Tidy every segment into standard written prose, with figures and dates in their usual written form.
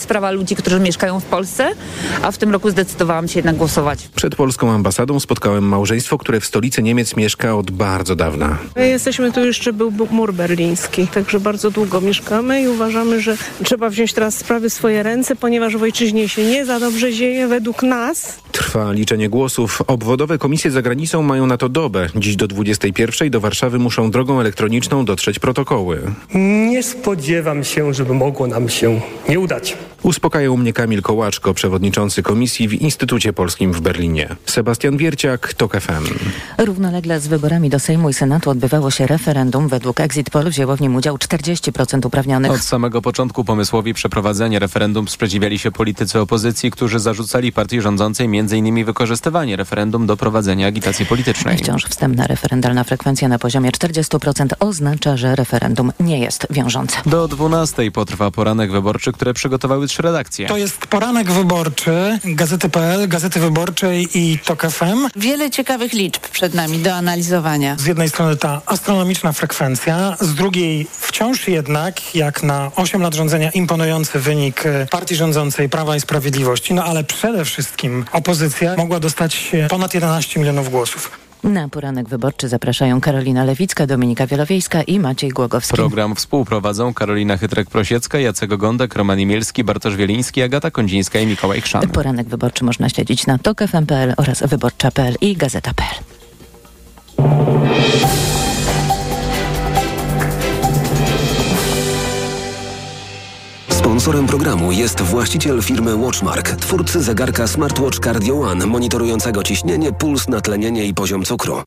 sprawa ludzi, którzy mieszkają w Polsce, a w tym roku zdecydowałam się jednak głosować. Przed polską ambasadą spotkałem małżeństwo, które w stolicy Niemiec mieszka od bardzo dawna. My jesteśmy tu, jeszcze był mur berliński, także bardzo długo mieszkamy i uważamy, że trzeba wziąć teraz sprawy w swoje ręce, ponieważ w ojczyźnie się nie za dobrze dzieje według nas. Trwa liczenie głosów. Obwodowe komisje za granicą mają na to dobę. Dziś do 21:00 do Warszawy muszą drogą elektroniczną dotrzeć protokoły. Nie spodziewam się, żeby mogło nam się nie udać. Uspokajał mnie Kamil Kołaczko, przewodniczący komisji w Instytucie Polskim w Berlinie. Sebastian Wierciak, TOK FM. Równolegle z wyborami do Sejmu i Senatu odbywało się referendum. Według Exit Poll wzięło w nim udział 40% uprawnionych. Od samego początku pomysłowi przeprowadzenia referendum sprzeciwiali się politycy opozycji, którzy zarzucali partii rządzącej m.in. wykorzystywanie referendum do prowadzenia agitacji politycznej. Wciąż wstępna referendalna frekwencja na poziomie 40% oznacza, że referendum nie jest wiążące. Do 12:00 potrwa poranek wyborczy, które przygotowały 3 redakcje. To jest poranek wyborczy Gazety.pl, Gazety Wyborczej i TOK FM. Wiele ciekawych liczb przed nami do analizowania. Z jednej strony ta astronomiczna frekwencja, z drugiej wciąż jednak, jak na 8 lat rządzenia, imponujący wynik partii rządzącej Prawa i Sprawiedliwości, no ale przede wszystkim opozycja mogła dostać ponad 11 milionów głosów. Na poranek wyborczy zapraszają Karolina Lewicka, Dominika Wielowiejska i Maciej Głogowski. Program współprowadzą Karolina Chytrek-Prosiecka, Jacek Gądek, Roman Imielski, Bartosz Wieliński, Agata Kondzińska i Mikołaj Chrzan. Poranek wyborczy można śledzić na tokfm.pl oraz wyborcza.pl i gazeta.pl. Sponsorem programu jest właściciel firmy Watchmark, twórcy zegarka Smartwatch Cardio One, monitorującego ciśnienie, puls, natlenienie i poziom cukru.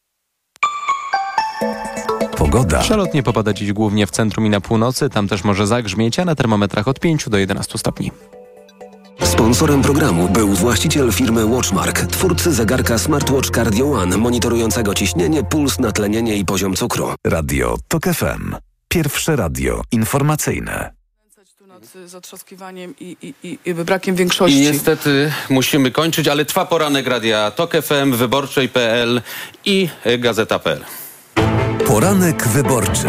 Pogoda. Przelotnie popada dziś głównie w centrum i na północy, tam też może zagrzmieć, a na termometrach od 5 do 11 stopni. Sponsorem programu był właściciel firmy Watchmark, twórcy zegarka Smartwatch Cardio One, monitorującego ciśnienie, puls, natlenienie i poziom cukru. Radio TOK FM. Pierwsze radio informacyjne. Z zatrzaskiwaniem i brakiem większości. I niestety musimy kończyć, ale trwa poranek Radia TOK FM, Wyborczej.pl i Gazeta.pl. Poranek wyborczy.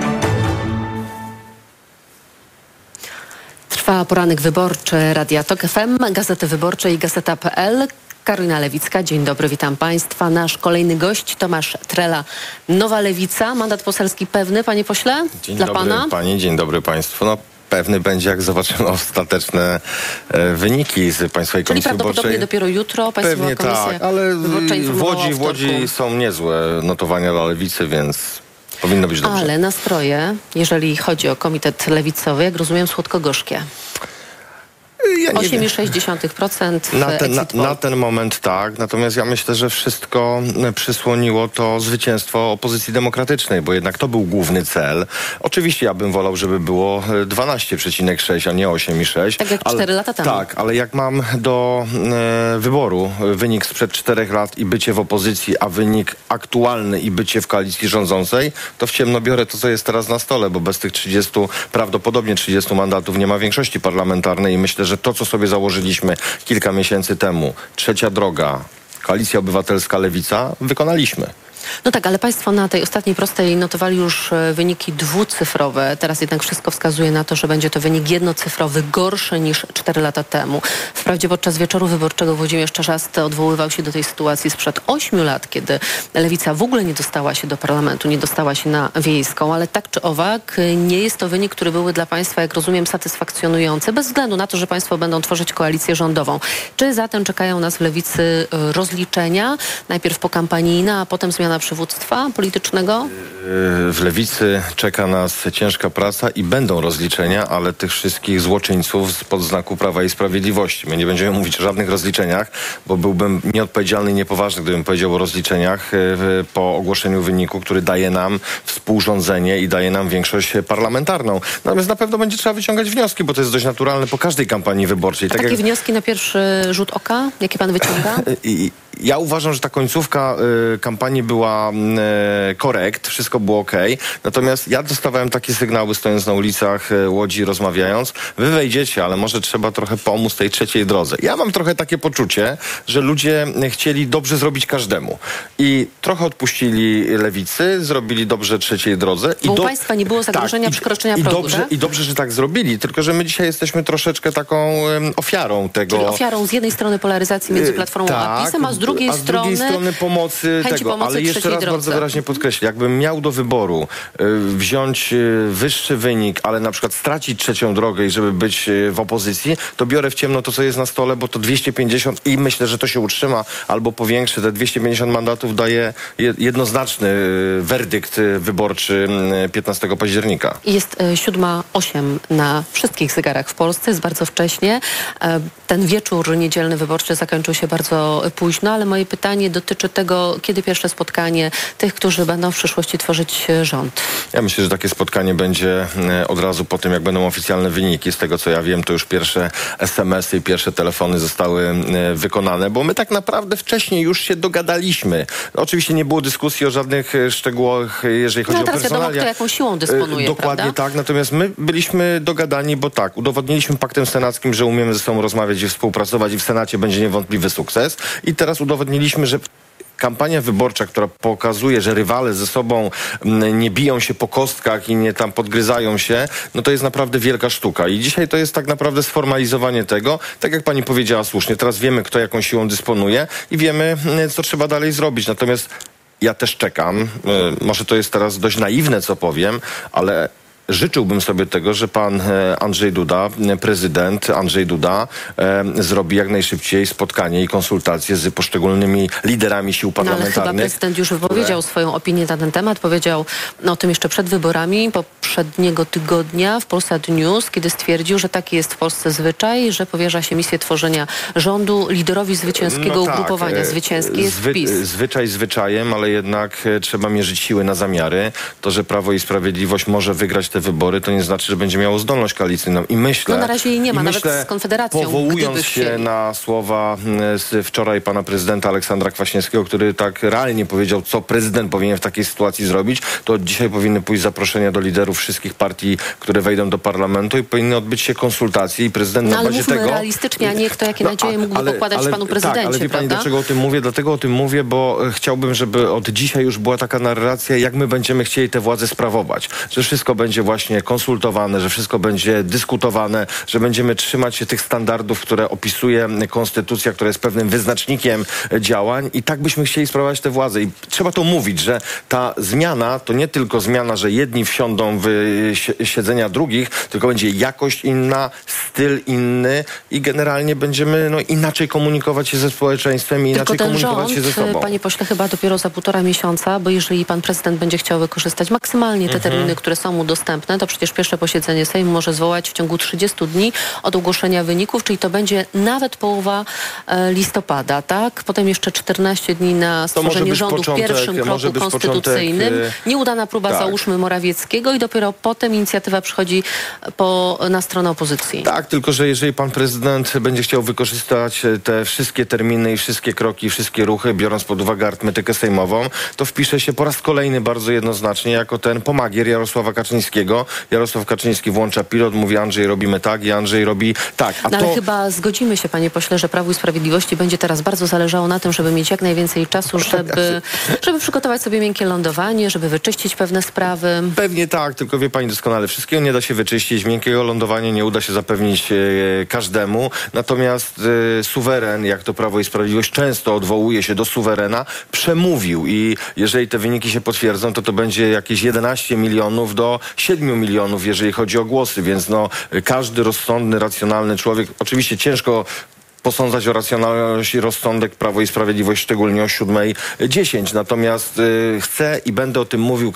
Trwa poranek wyborczy Radia TOK FM, Gazety Wyborczej i Gazeta.pl. Karolina Lewicka, dzień dobry, witam Państwa. Nasz kolejny gość, Tomasz Trela, Nowa Lewica. Mandat poselski pewny, panie pośle? Dzień dla dobry pana? Pani, dzień dobry Państwu. No, pewny będzie, jak zobaczymy ostateczne wyniki z Państwowej Czyli Komisji prawdopodobnie Wyborczej. dopiero jutro Państwowa Pewnie Komisja tak, ale Wyborcza w Łodzi są niezłe notowania dla Lewicy, więc powinno być dobrze. Ale nastroje, jeżeli chodzi o Komitet Lewicowy, jak rozumiem, słodko-gorzkie. Ja 8,6% na ten moment tak, natomiast ja myślę, że wszystko przysłoniło to zwycięstwo opozycji demokratycznej, bo jednak to był główny cel. Oczywiście ja bym wolał, żeby było 12,6, a nie 8,6. Tak jak 4 lata temu. Tak, ale jak mam do wyboru wynik sprzed 4 lat i bycie w opozycji, a wynik aktualny i bycie w koalicji rządzącej, to w ciemno biorę to, co jest teraz na stole, bo bez tych 30, prawdopodobnie 30 mandatów nie ma większości parlamentarnej i myślę, że to, co sobie założyliśmy kilka miesięcy temu, trzecia droga, Koalicja Obywatelska, Lewica, wykonaliśmy. No tak, ale państwo na tej ostatniej prostej notowali już wyniki dwucyfrowe. Teraz jednak wszystko wskazuje na to, że będzie to wynik jednocyfrowy, gorszy niż 4 lata temu. Wprawdzie podczas wieczoru wyborczego Włodzimierz Czarzasty odwoływał się do tej sytuacji sprzed 8 lat, kiedy Lewica w ogóle nie dostała się do parlamentu, nie dostała się na wiejską, ale tak czy owak nie jest to wynik, który byłby dla państwa, jak rozumiem, satysfakcjonujący, bez względu na to, że państwo będą tworzyć koalicję rządową. Czy zatem czekają nas w Lewicy rozliczenia, najpierw pokampanijne, a potem zmiana przywództwa politycznego? W Lewicy czeka nas ciężka praca i będą rozliczenia, ale tych wszystkich złoczyńców spod znaku Prawa i Sprawiedliwości. My nie będziemy mówić o żadnych rozliczeniach, bo byłbym nieodpowiedzialny i niepoważny, gdybym powiedział o rozliczeniach po ogłoszeniu wyniku, który daje nam współrządzenie i daje nam większość parlamentarną. Natomiast na pewno będzie trzeba wyciągać wnioski, bo to jest dość naturalne po każdej kampanii wyborczej. A takie wnioski na pierwszy rzut oka? Jakie pan wyciąga? Ja uważam, że ta końcówka kampanii była korekt, wszystko było okej. Natomiast ja dostawałem takie sygnały, stojąc na ulicach Łodzi, rozmawiając, wy wejdziecie, ale może trzeba trochę pomóc tej trzeciej drodze. Ja mam trochę takie poczucie, że ludzie chcieli dobrze zrobić każdemu. I trochę odpuścili lewicy, zrobili dobrze trzeciej drodze. Bo u państwa nie było zagrożenia przekroczenia progu, I dobrze, że tak zrobili, tylko że my dzisiaj jesteśmy troszeczkę taką ofiarą tego. Czyli ofiarą z jednej strony polaryzacji między Platformą a PiS-em, a z drugiej strony pomocy tego. Ale jeszcze raz bardzo wyraźnie podkreślę, jakbym miał do wyboru wziąć wyższy wynik, ale na przykład stracić trzecią drogę i żeby być w opozycji, to biorę w ciemno to, co jest na stole, bo to 250 i myślę, że to się utrzyma albo powiększy. Te 250 mandatów daje jednoznaczny werdykt wyborczy 15 października. Jest 7:08 na wszystkich zegarach w Polsce, jest bardzo wcześnie. Ten wieczór niedzielny wyborczy zakończył się bardzo późno, ale moje pytanie dotyczy tego, kiedy pierwsze spotkanie tych, którzy będą w przyszłości tworzyć rząd. Ja myślę, że takie spotkanie będzie od razu po tym, jak będą oficjalne wyniki. Z tego, co ja wiem, to już pierwsze SMS-y i pierwsze telefony zostały wykonane, bo my tak naprawdę wcześniej już się dogadaliśmy. Oczywiście nie było dyskusji o żadnych szczegółach, jeżeli chodzi o personalia. Teraz wiadomo, kto jaką siłą dysponuje, dokładnie, prawda? Tak, natomiast my byliśmy dogadani, bo tak, udowodniliśmy paktem senackim, że umiemy ze sobą rozmawiać i współpracować i w Senacie będzie niewątpliwy sukces. I teraz udowodniliśmy, że kampania wyborcza, która pokazuje, że rywale ze sobą nie biją się po kostkach i nie tam podgryzają się, no to jest naprawdę wielka sztuka. I dzisiaj to jest tak naprawdę sformalizowanie tego, tak jak pani powiedziała słusznie, teraz wiemy, kto jaką siłą dysponuje i wiemy, co trzeba dalej zrobić. Natomiast ja też czekam, może to jest teraz dość naiwne, co powiem, ale życzyłbym sobie tego, że pan Andrzej Duda, prezydent Andrzej Duda, zrobi jak najszybciej spotkanie i konsultacje z poszczególnymi liderami sił parlamentarnych. Ale chyba prezydent już wypowiedział swoją opinię na ten temat. Powiedział o tym jeszcze przed wyborami poprzedniego tygodnia w Polsat News, kiedy stwierdził, że taki jest w Polsce zwyczaj, że powierza się misję tworzenia rządu liderowi zwycięskiego ugrupowania. Zwycięski jest PiS. Zwyczaj zwyczajem, ale jednak trzeba mierzyć siły na zamiary. To, że Prawo i Sprawiedliwość może wygrać te wybory, to nie znaczy, że będzie miało zdolność koalicyjną. I myślę... No na razie jej nie ma, nawet z Konfederacją. Powołując się na słowa z wczoraj pana prezydenta Aleksandra Kwaśniewskiego, który tak realnie powiedział, co prezydent powinien w takiej sytuacji zrobić, to dzisiaj powinny pójść zaproszenia do liderów wszystkich partii, które wejdą do parlamentu i powinny odbyć się konsultacje i prezydent na bazie tego... realistycznie, a nie kto jakie nadzieje mógłby pokładać panu prezydencie, tak, ale wie pani, prawda? dlaczego o tym mówię? Dlatego o tym mówię, bo chciałbym, żeby od dzisiaj już była taka narracja, jak my będziemy chcieli tę władzę sprawować. Że wszystko będzie właśnie konsultowane, że wszystko będzie dyskutowane, że będziemy trzymać się tych standardów, które opisuje konstytucja, która jest pewnym wyznacznikiem działań i tak byśmy chcieli sprawować tę władzę. I trzeba to mówić, że ta zmiana to nie tylko zmiana, że jedni wsiądą w siedzenia drugich, tylko będzie jakość inna, styl inny i generalnie będziemy inaczej komunikować się ze społeczeństwem i inaczej komunikować się ze sobą. Panie pośle, chyba dopiero za 1,5 miesiąca, bo jeżeli pan prezydent będzie chciał wykorzystać maksymalnie te terminy, które są mu dostępne, to przecież pierwsze posiedzenie Sejmu może zwołać w ciągu 30 dni od ogłoszenia wyników, czyli to będzie nawet połowa listopada, tak? Potem jeszcze 14 dni na stworzenie rządu w pierwszym kroku konstytucyjnym. Nieudana próba, załóżmy, Morawieckiego i dopiero potem inicjatywa przychodzi na stronę opozycji. Tak, tylko że jeżeli pan prezydent będzie chciał wykorzystać te wszystkie terminy i wszystkie kroki, wszystkie ruchy, biorąc pod uwagę arytmetykę sejmową, to wpisze się po raz kolejny bardzo jednoznacznie jako ten pomagier Jarosława Kaczyńskiego. Jarosław Kaczyński włącza pilot, mówi Andrzej robimy tak i Andrzej robi tak. Ale chyba zgodzimy się, panie pośle, że Prawu i Sprawiedliwości będzie teraz bardzo zależało na tym, żeby mieć jak najwięcej czasu, żeby przygotować sobie miękkie lądowanie, żeby wyczyścić pewne sprawy. Pewnie tak, tylko wie pani doskonale, wszystkiego nie da się wyczyścić, miękkiego lądowania nie uda się zapewnić każdemu, natomiast suweren, jak to Prawo i Sprawiedliwość często odwołuje się do suwerena, przemówił i jeżeli te wyniki się potwierdzą, to będzie jakieś 11 milionów do 7 milionów, jeżeli chodzi o głosy, więc każdy rozsądny, racjonalny człowiek, oczywiście ciężko posądzać o racjonalność i rozsądek Prawo i Sprawiedliwość, szczególnie o 7:10. Natomiast chcę i będę o tym mówił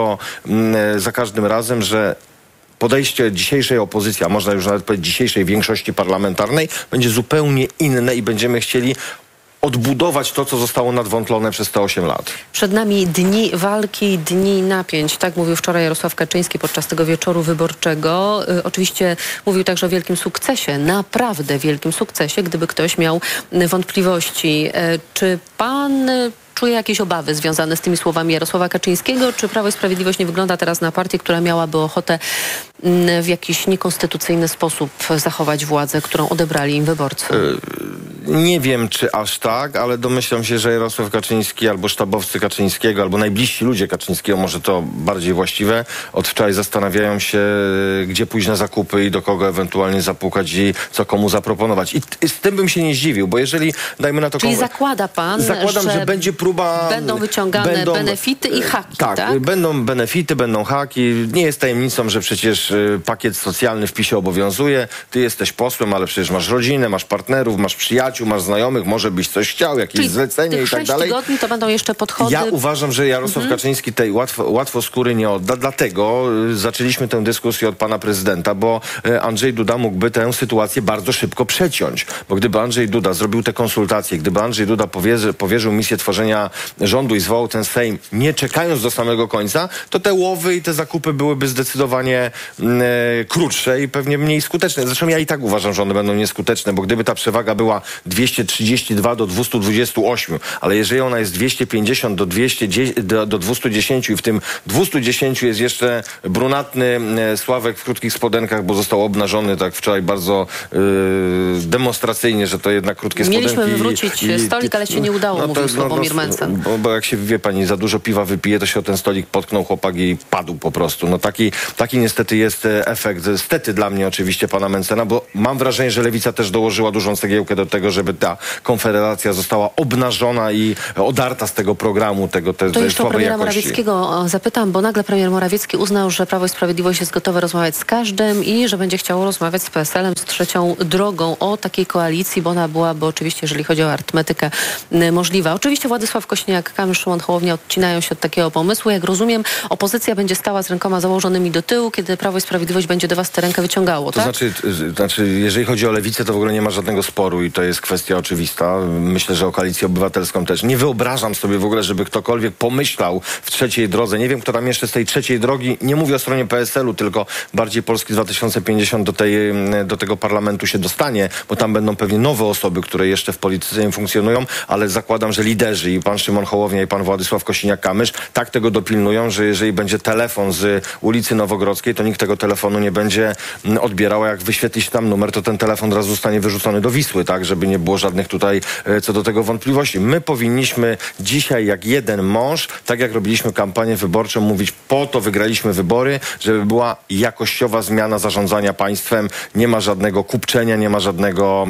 za każdym razem, że podejście dzisiejszej opozycji, a można już nawet powiedzieć dzisiejszej większości parlamentarnej, będzie zupełnie inne i będziemy chcieli odbudować to, co zostało nadwątlone przez te 8 lat. Przed nami dni walki, dni napięć. Tak mówił wczoraj Jarosław Kaczyński podczas tego wieczoru wyborczego. Oczywiście mówił także o wielkim sukcesie, naprawdę wielkim sukcesie, gdyby ktoś miał wątpliwości. Czy pan czuje jakieś obawy związane z tymi słowami Jarosława Kaczyńskiego? Czy Prawo i Sprawiedliwość nie wygląda teraz na partię, która miałaby ochotę w jakiś niekonstytucyjny sposób zachować władzę, którą odebrali im wyborcy? Nie wiem, czy aż tak, ale domyślam się, że Jarosław Kaczyński albo sztabowcy Kaczyńskiego, albo najbliżsi ludzie Kaczyńskiego, może to bardziej właściwe, od wczoraj zastanawiają się, gdzie pójść na zakupy i do kogo ewentualnie zapukać i co komu zaproponować. I z tym bym się nie zdziwił, bo jeżeli, dajmy na to... Czyli zakłada pan, że będzie próba... Będą wyciągane benefity i haki, tak? Będą benefity, będą haki. Nie jest tajemnicą, że przecież pakiet socjalny w PiS-ie obowiązuje. Ty jesteś posłem, ale przecież masz rodzinę, masz partnerów, masz przyjaciół, masz znajomych, może byś coś chciał, jakieś zlecenie i tak dalej. 6 tygodni to będą jeszcze podchody. Ja uważam, że Jarosław Kaczyński tej łatwo skóry nie odda, dlatego zaczęliśmy tę dyskusję od pana prezydenta, bo Andrzej Duda mógłby tę sytuację bardzo szybko przeciąć, bo gdyby Andrzej Duda zrobił te konsultacje, gdyby Andrzej Duda powierzył misję tworzenia rządu i zwołał ten Sejm, nie czekając do samego końca, to te łowy i te zakupy byłyby zdecydowanie krótsze i pewnie mniej skuteczne. Zresztą ja i tak uważam, że one będą nieskuteczne, bo gdyby ta przewaga była 232 do 228, ale jeżeli ona jest 250 do 210 i w tym 210 jest jeszcze brunatny Sławek w krótkich spodenkach, bo został obnażony tak wczoraj bardzo demonstracyjnie, że to jednak krótkie spodenki. Mieliśmy wywrócić stolik, ale się nie udało, mówił Sławomir Mencen. Bo jak się, wie pani, za dużo piwa wypije, to się o ten stolik potknął chłopak i padł po prostu. No taki niestety jest efekt, stety dla mnie oczywiście pana Mencena, bo mam wrażenie, że Lewica też dołożyła dużą cegiełkę do tego, żeby ta Konfederacja została obnażona i odarta z tego programu, tej jeszcze o premiera jakości. Morawieckiego zapytam, bo nagle premier Morawiecki uznał, że Prawo i Sprawiedliwość jest gotowe rozmawiać z każdym i że będzie chciało rozmawiać z PSL-em, z Trzecią Drogą o takiej koalicji, bo ona byłaby oczywiście, jeżeli chodzi o arytmetykę, możliwa. Oczywiście Władysław Kosiniak-Kamysz, Szymon Hołownia odcinają się od takiego pomysłu. Jak rozumiem, opozycja będzie stała z rękoma założonymi do tyłu, kiedy Prawo i Sprawiedliwość będzie do was tę rękę wyciągało, tak? To znaczy, jeżeli chodzi o Lewicę, to w ogóle nie ma żadnego sporu i to jest kwestia oczywista. Myślę, że o Koalicję Obywatelską też. Nie wyobrażam sobie w ogóle, żeby ktokolwiek pomyślał w Trzeciej Drodze. Nie wiem, kto tam jeszcze z tej Trzeciej Drogi, nie mówię o stronie PSL-u, tylko bardziej Polski 2050 do tego parlamentu się dostanie, bo tam będą pewnie nowe osoby, które jeszcze w polityce nie funkcjonują, ale zakładam, że liderzy i pan Szymon Hołownia i pan Władysław Kosiniak-Kamysz tak tego dopilnują, że jeżeli będzie telefon z ulicy Nowogrodzkiej, to nikt tego telefonu nie będzie odbierał, a jak wyświetli się tam numer, to ten telefon od razu zostanie wyrzucony do Wisły, tak, żeby nie było żadnych tutaj co do tego wątpliwości. My powinniśmy dzisiaj jak jeden mąż, tak jak robiliśmy kampanię wyborczą, mówić, po to wygraliśmy wybory, żeby była jakościowa zmiana zarządzania państwem. Nie ma żadnego kupczenia, nie ma żadnego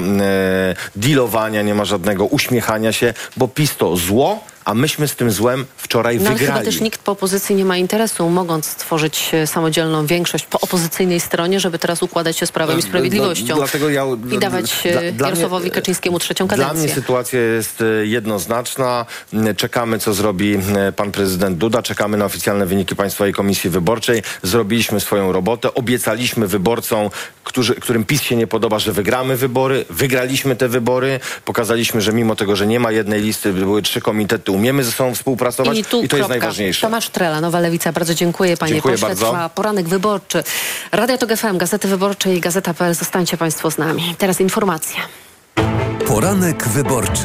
dealowania, nie ma żadnego uśmiechania się, bo PiS to zło, a myśmy z tym złem wczoraj wygrali. Chyba też nikt po opozycji nie ma interesu, mogąc stworzyć samodzielną większość po opozycyjnej stronie, żeby teraz układać się z Prawem i Sprawiedliwością i dawać Jarosławowi Kaczyńskiemu trzecią kadencję. Dla mnie sytuacja jest jednoznaczna. Czekamy, co zrobi pan prezydent Duda. Czekamy na oficjalne wyniki Państwowej Komisji Wyborczej. Zrobiliśmy swoją robotę. Obiecaliśmy wyborcom, którym PiS się nie podoba, że wygramy wybory. Wygraliśmy te wybory. Pokazaliśmy, że mimo tego, że nie ma jednej listy, były 3 komitety, umiemy ze sobą współpracować i to jest najważniejsze. Tomasz Trela, Nowa Lewica. Bardzo dziękuję, panie pośle. Bardzo. Trwa poranek wyborczy. Radio TOK FM, Gazety Wyborcze i Gazeta.pl. Zostańcie państwo z nami. Teraz informacja. Poranek wyborczy.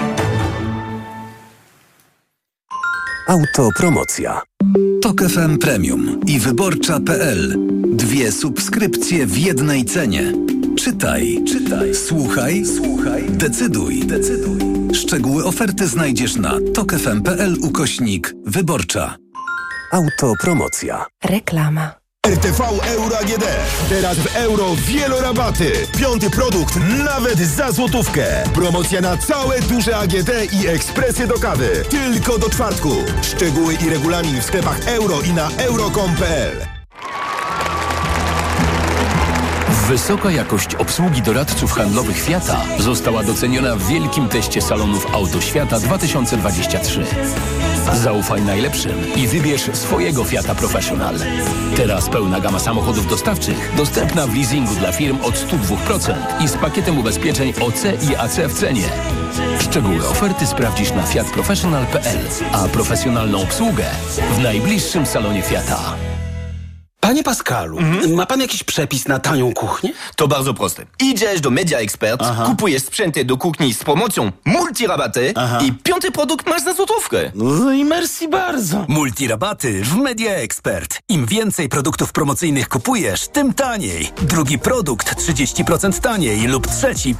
Autopromocja. TOK FM Premium i Wyborcza.pl. 2 subskrypcje w jednej cenie. Czytaj. Słuchaj. Decyduj. Szczegóły oferty znajdziesz na tokfm.pl/wyborcza. Autopromocja. Reklama. RTV Euro AGD. Teraz w euro wielorabaty. 5. produkt nawet za złotówkę. Promocja na całe duże AGD i ekspresy do kawy. Tylko do czwartku. Szczegóły i regulamin w sklepach euro i na euro.com.pl. Wysoka jakość obsługi doradców handlowych Fiata została doceniona w wielkim teście salonów Auto Świata 2023. Zaufaj najlepszym i wybierz swojego Fiata Professional. Teraz pełna gama samochodów dostawczych dostępna w leasingu dla firm od 102% i z pakietem ubezpieczeń OC i AC w cenie. Szczegóły oferty sprawdzisz na fiatprofessional.pl, a profesjonalną obsługę w najbliższym salonie Fiata. Panie Pascalu, ma pan jakiś przepis na tanią kuchnię? To bardzo proste. Idziesz do Media Expert, kupujesz sprzęty do kuchni z promocją multirabaty i 5. produkt masz za złotówkę. No i merci bardzo. Multirabaty w Media Expert. Im więcej produktów promocyjnych kupujesz, tym taniej. Drugi produkt 30% taniej lub trzeci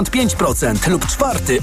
55% lub czwarty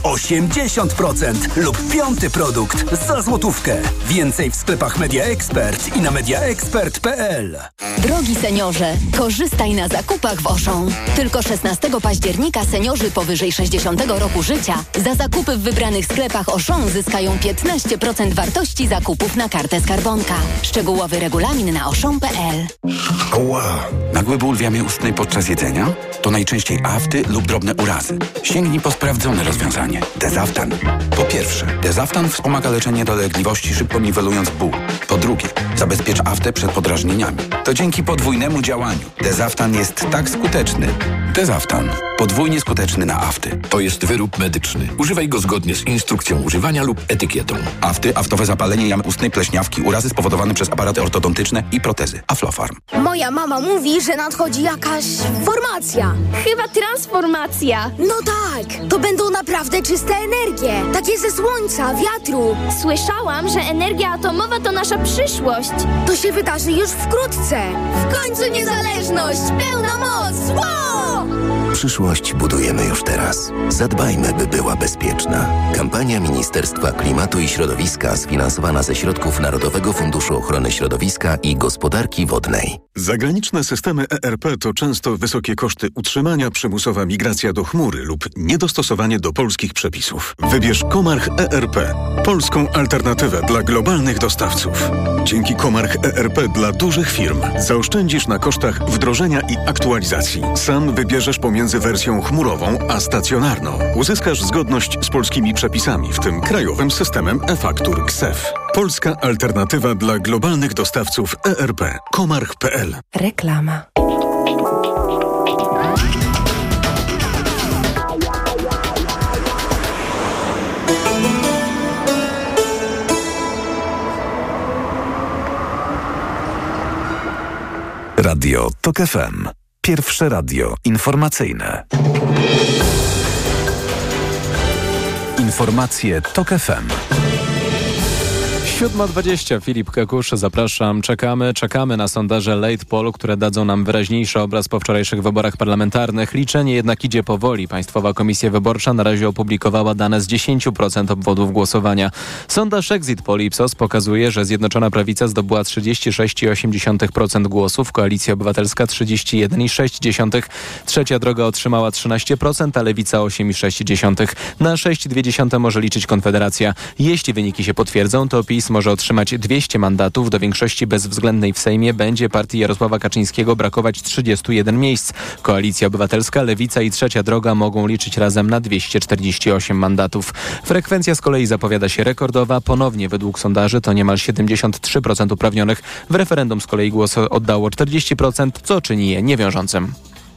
80% lub 5. produkt za złotówkę. Więcej w sklepach Media Expert i na mediaexpert.pl. Drogi seniorze, korzystaj na zakupach w Auchan. Tylko 16 października seniorzy powyżej 60 roku życia za zakupy w wybranych sklepach Auchan zyskają 15% wartości zakupów na kartę skarbonka. Szczegółowy regulamin na auchan.pl. Ała! Nagły ból w jamie ustnej podczas jedzenia? To najczęściej afty lub drobne urazy. Sięgnij po sprawdzone rozwiązanie. Dezaftan. Po pierwsze, Dezaftan wspomaga leczenie dolegliwości, szybko niwelując ból. Po drugie, zabezpiecz aftę przed podrażnieniami. To dzięki podwójnemu działaniu. Dezaftan jest tak skuteczny. Dezaftan. Podwójnie skuteczny na afty. To jest wyrób medyczny. Używaj go zgodnie z instrukcją używania lub etykietą. Afty, aftowe zapalenie jamy ustnej, pleśniawki, urazy spowodowane przez aparaty ortodontyczne i protezy. Aflofarm. Moja mama mówi, że nadchodzi jakaś formacja. Chyba transformacja. No tak, to będą naprawdę czyste energie. Takie ze słońca, wiatru. Słyszałam, że energia atomowa to nasza przyszłość. To się wydarzy już wkrótce. W końcu niezależność, pełna moc. Wow! Przyszłość budujemy już teraz. Zadbajmy, by była bezpieczna. Kampania Ministerstwa Klimatu i Środowiska sfinansowana ze środków Narodowego Funduszu Ochrony Środowiska i Gospodarki Wodnej. Zagraniczne systemy ERP to często wysokie koszty utrzymania, przymusowa migracja do chmury lub niedostosowanie do polskich przepisów. Wybierz Comarch ERP, polską alternatywę dla globalnych dostawców. Dzięki Comarch ERP dla dużych firm zaoszczędzisz na kosztach wdrożenia i aktualizacji. Sam wybierzesz pomiędzy wersją chmurową a stacjonarną. Uzyskasz zgodność z polskimi przepisami, w tym krajowym systemem e-faktur KSEF. Polska alternatywa dla globalnych dostawców ERP. Comarch.pl. Reklama. Radio TOK FM. Pierwsze radio informacyjne. Informacje TOK FM. 7:20. Filip Kekusz, zapraszam. Czekamy na sondaże Late Poll, które dadzą nam wyraźniejszy obraz po wczorajszych wyborach parlamentarnych. Liczenie jednak idzie powoli. Państwowa Komisja Wyborcza na razie opublikowała dane z 10% obwodów głosowania. Sondaż Exit Poll Ipsos pokazuje, że Zjednoczona Prawica zdobyła 36,8% głosów, Koalicja Obywatelska 31,6%, Trzecia Droga otrzymała 13%, a Lewica 8,6%. Na 6,2% może liczyć Konfederacja. Jeśli wyniki się potwierdzą, to PiS może otrzymać 200 mandatów. Do większości bezwzględnej w Sejmie będzie partii Jarosława Kaczyńskiego brakować 31 miejsc. Koalicja Obywatelska, Lewica i Trzecia Droga mogą liczyć razem na 248 mandatów. Frekwencja z kolei zapowiada się rekordowa. Ponownie według sondaży to niemal 73% uprawnionych. W referendum z kolei głos oddało 40%, co czyni je niewiążącym.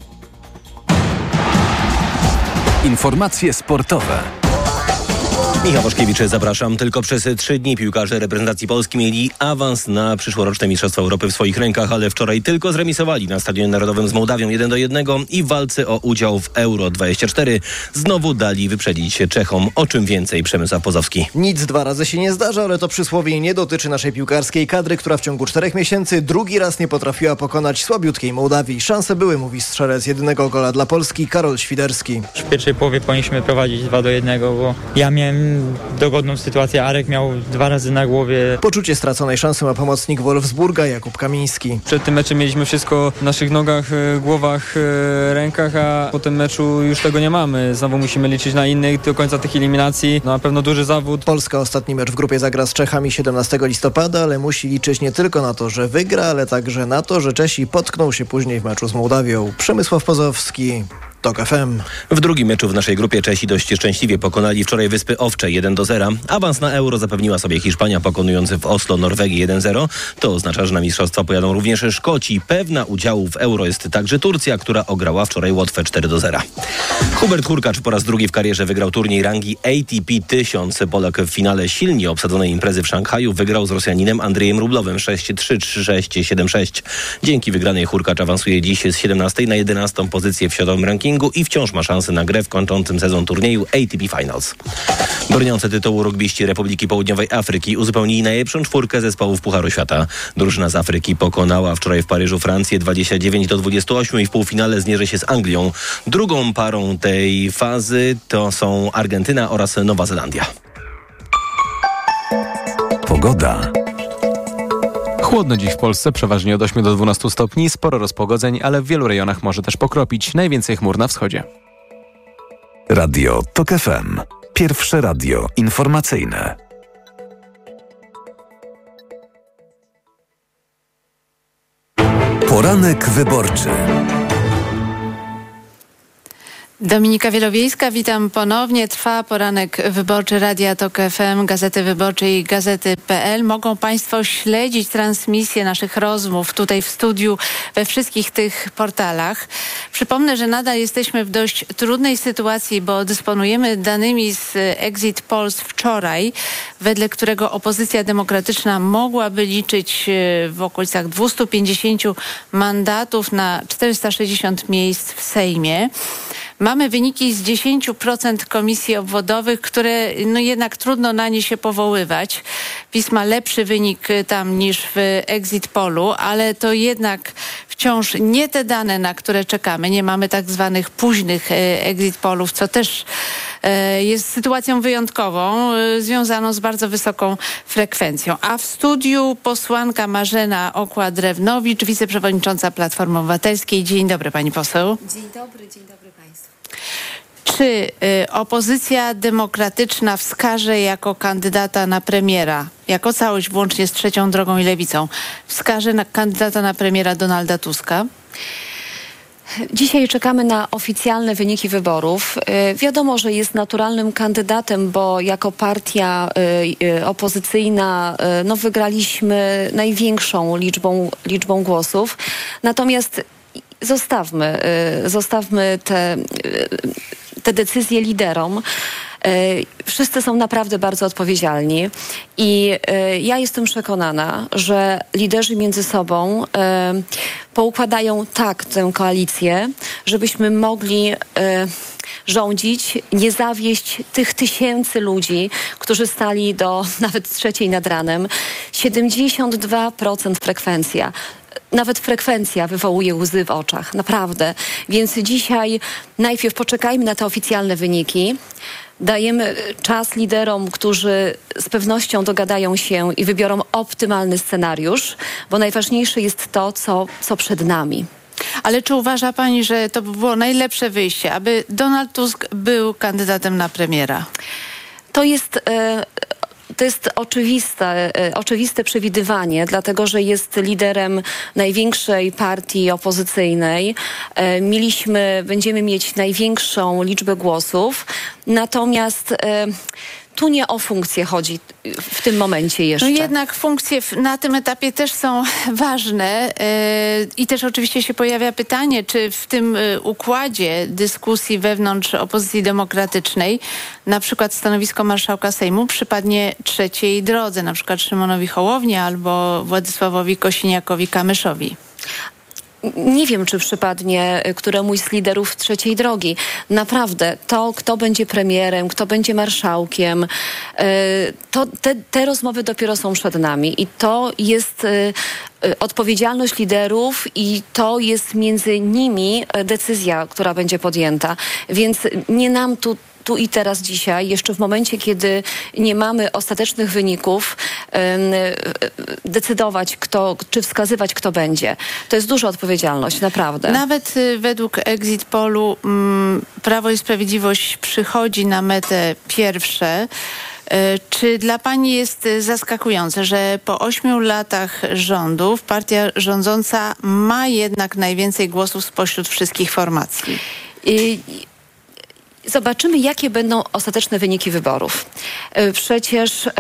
Informacje sportowe. Michał Waszkiewicz, zapraszam. Tylko przez 3 dni piłkarze reprezentacji Polski mieli awans na przyszłoroczne Mistrzostwa Europy w swoich rękach, ale wczoraj tylko zremisowali na Stadionie Narodowym z Mołdawią 1-1 i w walce o udział w Euro 24 znowu dali wyprzedzić się Czechom. O czym więcej Przemysław Pozowski. Nic 2 razy się nie zdarza, ale to przysłowie nie dotyczy naszej piłkarskiej kadry, która w ciągu 4 miesięcy drugi raz nie potrafiła pokonać słabiutkiej Mołdawii. Szanse były, mówi strzelec jedynego gola dla Polski Karol Świderski. W pierwszej połowie powinniśmy prowadzić 2-1, bo ja miałem miałem dogodną sytuację. Arek miał 2 razy na głowie. Poczucie straconej szansy ma pomocnik Wolfsburga Jakub Kamiński. Przed tym meczem mieliśmy wszystko w naszych nogach, głowach, rękach, a po tym meczu już tego nie mamy. Znowu musimy liczyć na innych do końca tych eliminacji. No, na pewno duży zawód. Polska ostatni mecz w grupie zagra z Czechami 17 listopada, ale musi liczyć nie tylko na to, że wygra, ale także na to, że Czesi potkną się później w meczu z Mołdawią. Przemysław Pozowski, TOK FM. W drugim meczu w naszej grupie Czesi dość szczęśliwie pokonali wczoraj Wyspy Owcze 1-0. Awans na Euro zapewniła sobie Hiszpania, pokonując w Oslo Norwegię 1-0. To oznacza, że na mistrzostwa pojadą również Szkoci. Pewna udziału w Euro jest także Turcja, która ograła wczoraj Łotwę 4-0. Hubert Hurkacz po raz drugi w karierze wygrał turniej rangi ATP 1000. Polak w finale silnie obsadzonej imprezy w Szanghaju wygrał z Rosjaninem Andrzejem Rublowem 6-3, 3-6, 7-6. Dzięki wygranej Hurkacz awansuje dziś z 17 na 11 pozycję w światowym rankingu i wciąż ma szansę na grę w kończącym sezon turnieju ATP Finals. Broniący tytułu rugbiści Republiki Południowej Afryki uzupełnili najlepszą 4 zespołów Pucharu Świata. Drużyna z Afryki pokonała wczoraj w Paryżu Francję 29-28 i w półfinale zmierzy się z Anglią. Drugą parą tej fazy to są Argentyna oraz Nowa Zelandia. Pogoda. Chłodno dziś w Polsce, przeważnie od 8 do 12 stopni, sporo rozpogodzeń, ale w wielu rejonach może też pokropić. Najwięcej chmur na wschodzie. Radio TOK FM. Pierwsze radio informacyjne. Poranek wyborczy. Dominika Wielowiejska, witam ponownie. Trwa poranek wyborczy Radia TOK FM, Gazety Wyborczej i Gazety.pl. Mogą Państwo śledzić transmisję naszych rozmów tutaj w studiu we wszystkich tych portalach. Przypomnę, że nadal jesteśmy w dość trudnej sytuacji, bo dysponujemy danymi z Exit Polls wczoraj, wedle którego opozycja demokratyczna mogłaby liczyć w okolicach 250 mandatów na 460 miejsc w Sejmie. Mamy wyniki z 10% komisji obwodowych, które jednak trudno na nie się powoływać. PiS ma lepszy wynik tam niż w Exit Pollu, ale to jednak wciąż nie te dane, na które czekamy. Nie mamy tak zwanych późnych Exit Pollów, co też jest sytuacją wyjątkową, związaną z bardzo wysoką frekwencją. A w studiu posłanka Marzena Okła-Drewnowicz, wiceprzewodnicząca Platformy Obywatelskiej. Dzień dobry, pani poseł. Dzień dobry państwu. Czy opozycja demokratyczna wskaże jako kandydata na premiera, jako całość włącznie z Trzecią Drogą i Lewicą, wskaże na kandydata na premiera Donalda Tuska? Dzisiaj czekamy na oficjalne wyniki wyborów. Wiadomo, że jest naturalnym kandydatem, bo jako partia opozycyjna wygraliśmy największą liczbą głosów. Natomiast zostawmy te decyzje liderom. Wszyscy są naprawdę bardzo odpowiedzialni i ja jestem przekonana, że liderzy między sobą poukładają tak tę koalicję, żebyśmy mogli rządzić, nie zawieść tych tysięcy ludzi, którzy stali do nawet 3:00 nad ranem. 72% frekwencja. Nawet frekwencja wywołuje łzy w oczach, naprawdę. Więc dzisiaj najpierw poczekajmy na te oficjalne wyniki. Dajemy czas liderom, którzy z pewnością dogadają się i wybiorą optymalny scenariusz, bo najważniejsze jest to, co przed nami. Ale czy uważa pani, że to by było najlepsze wyjście, aby Donald Tusk był kandydatem na premiera? To jest oczywiste przewidywanie, dlatego że jest liderem największej partii opozycyjnej. Będziemy mieć największą liczbę głosów, natomiast tu nie o funkcję chodzi w tym momencie jeszcze. Jednak funkcje na tym etapie też są ważne i też oczywiście się pojawia pytanie, czy w tym układzie dyskusji wewnątrz opozycji demokratycznej na przykład stanowisko marszałka Sejmu przypadnie Trzeciej Drodze, na przykład Szymonowi Hołowni albo Władysławowi Kosiniakowi-Kamyszowi. Nie wiem, czy przypadnie któremuś z liderów Trzeciej Drogi. Naprawdę, to kto będzie premierem, kto będzie marszałkiem, te rozmowy dopiero są przed nami i to jest odpowiedzialność liderów i to jest między nimi decyzja, która będzie podjęta. Więc nie nam tu i teraz dzisiaj, jeszcze w momencie, kiedy nie mamy ostatecznych wyników, decydować czy wskazywać, kto będzie. To jest duża odpowiedzialność, naprawdę. Nawet według Exit Polu Prawo i Sprawiedliwość przychodzi na metę pierwsze. Czy dla pani jest zaskakujące, że po 8 latach rządów partia rządząca ma jednak najwięcej głosów spośród wszystkich formacji? Zobaczymy, jakie będą ostateczne wyniki wyborów. Przecież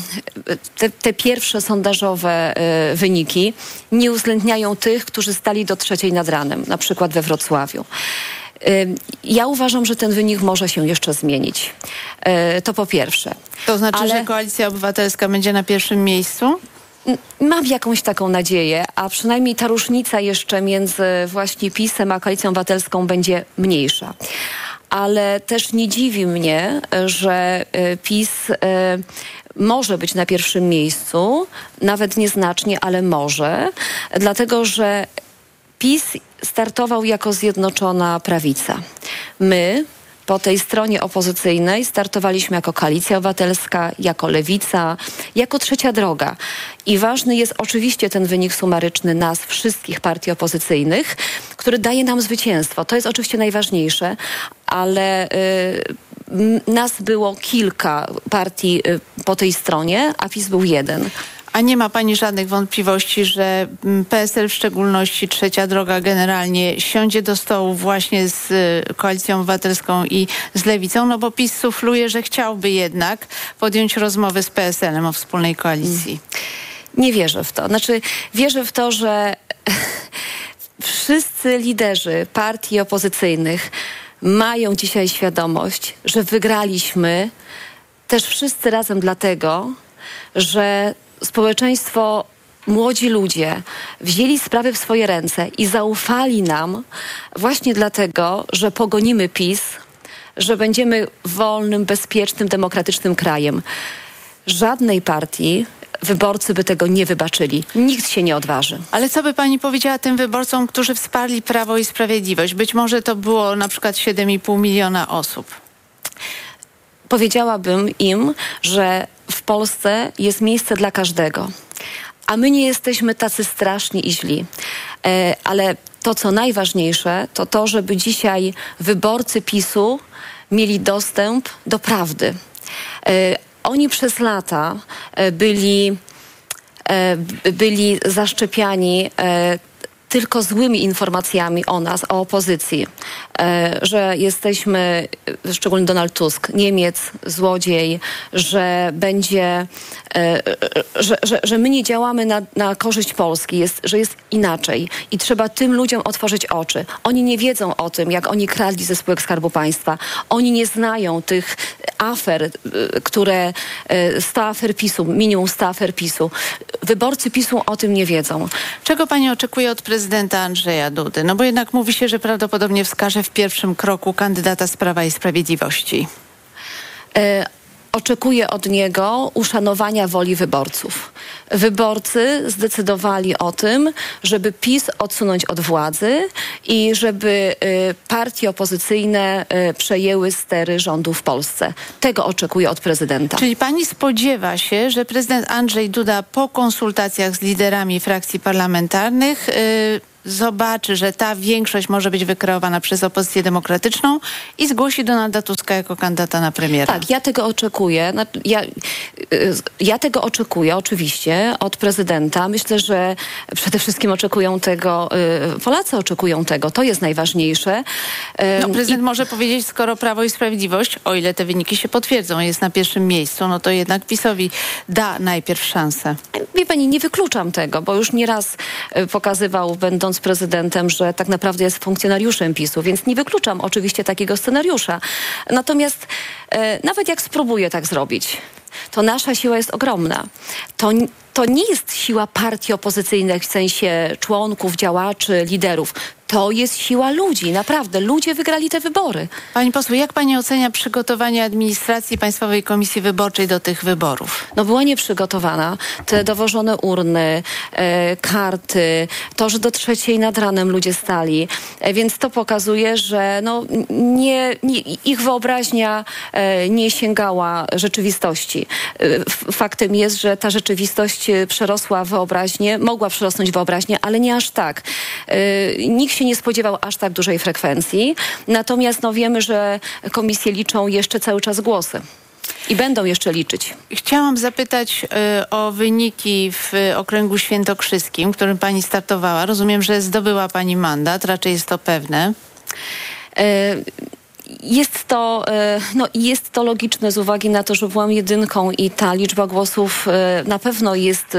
te pierwsze sondażowe wyniki nie uwzględniają tych, którzy stali do 3 nad ranem, na przykład we Wrocławiu. Ja uważam, że ten wynik może się jeszcze zmienić. To po pierwsze. To znaczy, że Koalicja Obywatelska będzie na pierwszym miejscu? Mam jakąś taką nadzieję, a przynajmniej ta różnica jeszcze między właśnie PiS-em a Koalicją Obywatelską będzie mniejsza. Ale też nie dziwi mnie, że PiS może być na pierwszym miejscu, nawet nieznacznie, ale może, dlatego że PiS startował jako Zjednoczona Prawica. My po tej stronie opozycyjnej startowaliśmy jako Koalicja Obywatelska, jako Lewica, jako Trzecia Droga. I ważny jest oczywiście ten wynik sumaryczny nas, wszystkich partii opozycyjnych, który daje nam zwycięstwo. To jest oczywiście najważniejsze, ale nas było kilka partii po tej stronie, a PiS był jeden. A nie ma pani żadnych wątpliwości, że PSL, w szczególności Trzecia Droga, generalnie siądzie do stołu właśnie z Koalicją Obywatelską i z Lewicą? No bo PiS sufluje, że chciałby jednak podjąć rozmowy z PSL-em o wspólnej koalicji. Nie wierzę w to. Znaczy, wierzę w to, że wszyscy liderzy partii opozycyjnych mają dzisiaj świadomość, że wygraliśmy też wszyscy razem dlatego, że społeczeństwo, młodzi ludzie wzięli sprawy w swoje ręce i zaufali nam właśnie dlatego, że pogonimy PiS, że będziemy wolnym, bezpiecznym, demokratycznym krajem. Żadnej partii wyborcy by tego nie wybaczyli. Nikt się nie odważy. Ale co by pani powiedziała tym wyborcom, którzy wsparli Prawo i Sprawiedliwość? Być może to było na przykład 7,5 miliona osób. Powiedziałabym im, że w Polsce jest miejsce dla każdego. A my nie jesteśmy tacy straszni i źli. Ale to, co najważniejsze, to to, żeby dzisiaj wyborcy PiS-u mieli dostęp do prawdy. Oni przez lata byli zaszczepiani tylko złymi informacjami o nas, o opozycji, że jesteśmy, szczególnie Donald Tusk, Niemiec, złodziej, że będzie, że my nie działamy na korzyść Polski, że jest inaczej i trzeba tym ludziom otworzyć oczy. Oni nie wiedzą o tym, jak oni kradli ze spółek Skarbu Państwa. Oni nie znają tych afer, 100 afer PiS-u, minimum 100 afer PiS-u. Wyborcy PiS-u o tym nie wiedzą. Czego pani oczekuje od prezydenta Andrzeja Dudy? No bo jednak mówi się, że prawdopodobnie wskaże w pierwszym kroku kandydata z Prawa i Sprawiedliwości. Oczekuję od niego uszanowania woli wyborców. Wyborcy zdecydowali o tym, żeby PiS odsunąć od władzy i żeby partie opozycyjne przejęły stery rządu w Polsce. Tego oczekuję od prezydenta. Czyli pani spodziewa się, że prezydent Andrzej Duda po konsultacjach z liderami frakcji parlamentarnych zobaczy, że ta większość może być wykreowana przez opozycję demokratyczną i zgłosi Donalda Tuska jako kandydata na premiera. Tak, ja tego oczekuję. Ja tego oczekuję oczywiście od prezydenta. Myślę, że przede wszystkim oczekują tego, Polacy oczekują tego. To jest najważniejsze. No, prezydent może powiedzieć, skoro Prawo i Sprawiedliwość, o ile te wyniki się potwierdzą, jest na pierwszym miejscu, no to jednak PiS-owi da najpierw szansę. Wie pani, nie wykluczam tego, bo już nieraz pokazywał, będąc prezydentem, że tak naprawdę jest funkcjonariuszem PiS-u, więc nie wykluczam oczywiście takiego scenariusza. Natomiast nawet jak spróbuję tak zrobić, to nasza siła jest ogromna. To nie jest siła partii opozycyjnych w sensie członków, działaczy, liderów. to jest siła ludzi. Naprawdę, ludzie wygrali te wybory. Pani poseł, jak pani ocenia przygotowanie administracji Państwowej Komisji Wyborczej do tych wyborów? No była nieprzygotowana. Te dowożone urny, karty, to, że do 3:00 nad ranem ludzie stali. Więc to pokazuje, że ich wyobraźnia nie sięgała rzeczywistości. Faktem jest, że ta rzeczywistość przerosła wyobraźnię, mogła przerosnąć wyobraźnię, ale nie aż tak. Nikt się nie spodziewał aż tak dużej frekwencji. Natomiast wiemy, że komisje liczą jeszcze cały czas głosy. I będą jeszcze liczyć. Chciałam zapytać o wyniki w okręgu świętokrzyskim, w którym pani startowała. Rozumiem, że zdobyła pani mandat, raczej jest to pewne. Jest to logiczne z uwagi na to, że byłam jedynką i ta liczba głosów na pewno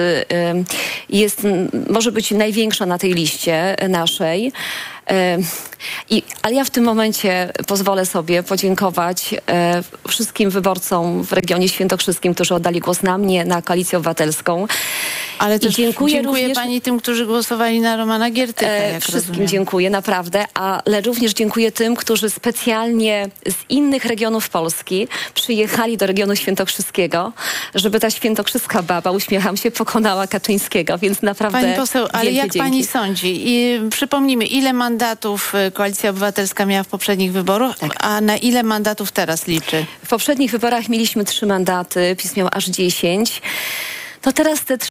może być największa na tej liście naszej. Ale ja w tym momencie pozwolę sobie podziękować wszystkim wyborcom w regionie świętokrzyskim, którzy oddali głos na mnie, na Koalicję Obywatelską. Ale też dziękuję również pani tym, którzy głosowali na Romana Giertycha. Wszystkim dziękuję, naprawdę. Ale również dziękuję tym, którzy specjalnie z innych regionów Polski przyjechali do regionu świętokrzyskiego, żeby ta świętokrzyska baba, uśmiecham się, pokonała Kaczyńskiego, więc naprawdę pani poseł, ale jak dzięki. pani sądzi? Przypomnijmy, ile mandatów Koalicja Obywatelska miała w poprzednich wyborach, a na ile mandatów teraz liczy? W poprzednich wyborach mieliśmy 3 mandaty, PiS miał aż 10. To teraz te 3.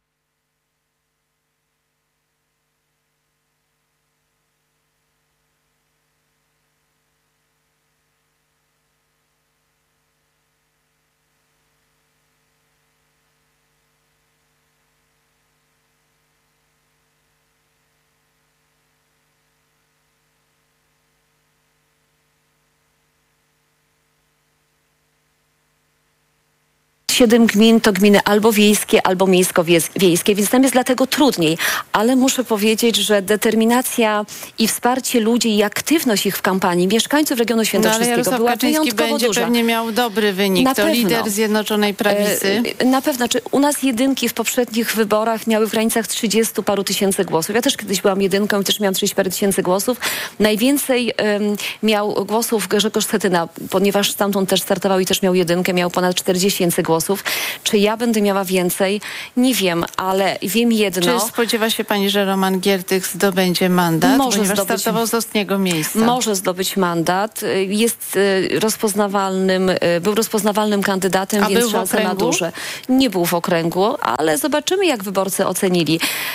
Siedem gmin to gminy albo wiejskie, albo miejsko-wiejskie, więc tam jest dlatego trudniej. Ale muszę powiedzieć, że determinacja i wsparcie ludzi i aktywność ich w kampanii, mieszkańców regionu świętokrzyskiego była wyjątkowo będzie duża. Pewnie miał dobry wynik. To lider Zjednoczonej Prawicy. Na pewno. U nas jedynki w poprzednich wyborach miały w granicach 30 paru tysięcy głosów. Ja też kiedyś byłam jedynką i też miałam 30 parę tysięcy głosów. Najwięcej miał głosów Grzegorz Schetyna, ponieważ stamtąd też startował i też miał jedynkę, miał ponad 40 tysięcy głosów. Czy ja będę miała więcej? Nie wiem, ale wiem jedno. Czy spodziewa się pani, że Roman Giertych zdobędzie mandat? Ponieważ startował z ostatniego miejsca. Może zdobyć mandat. Jest był rozpoznawalnym kandydatem, więc szanse ma duże. Nie był w okręgu, ale zobaczymy, jak wyborcy ocenili.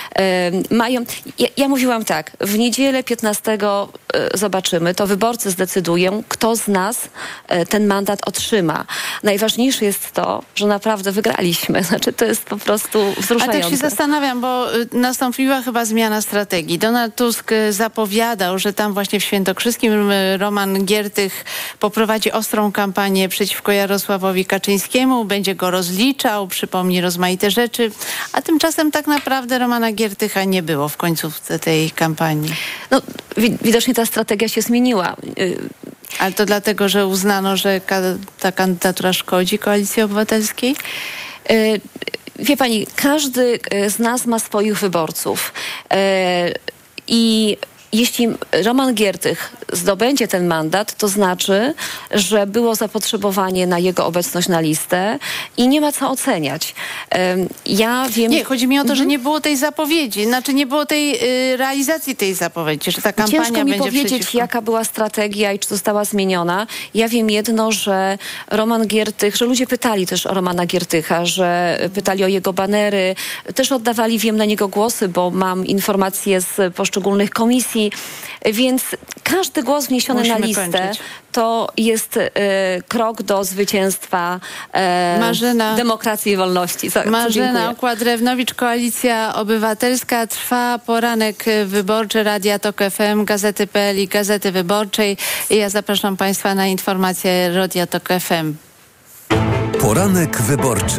Ja mówiłam tak, w niedzielę 15 zobaczymy, to wyborcy zdecydują, kto z nas ten mandat otrzyma. Najważniejsze jest to, że naprawdę wygraliśmy. Znaczy, to jest po prostu wzruszające. A tak się zastanawiam, bo nastąpiła chyba zmiana strategii. Donald Tusk zapowiadał, że tam właśnie w Świętokrzyskim Roman Giertych poprowadzi ostrą kampanię przeciwko Jarosławowi Kaczyńskiemu, będzie go rozliczał, przypomni rozmaite rzeczy, a tymczasem tak naprawdę Romana Giertycha nie było w końcówce tej kampanii. Widocznie ta strategia się zmieniła. Ale to dlatego, że uznano, że ta kandydatura szkodzi Koalicji Obywatelskiej? Wie pani, każdy z nas ma swoich wyborców. I jeśli Roman Giertych zdobędzie ten mandat, to znaczy, że było zapotrzebowanie na jego obecność na listę i nie ma co oceniać. Ja wiem... Nie, chodzi mi o to, że nie było tej zapowiedzi, znaczy nie było tej realizacji tej zapowiedzi, że ta kampania Ciężko mi będzie powiedzieć, jaka była strategia i czy została zmieniona. Ja wiem jedno, że Roman Giertych, że ludzie pytali też o Romana Giertycha, że pytali o jego banery, też oddawali, wiem, na niego głosy, bo mam informacje z poszczególnych komisji, więc każdy głos wniesiony na listę to jest krok do zwycięstwa demokracji i wolności. Marzena Okła-Drewnowicz, Koalicja Obywatelska. Trwa poranek wyborczy Radia Tok FM, Gazety.pl i Gazety Wyborczej. Ja zapraszam państwa na informacje Radia Tok FM. Poranek wyborczy.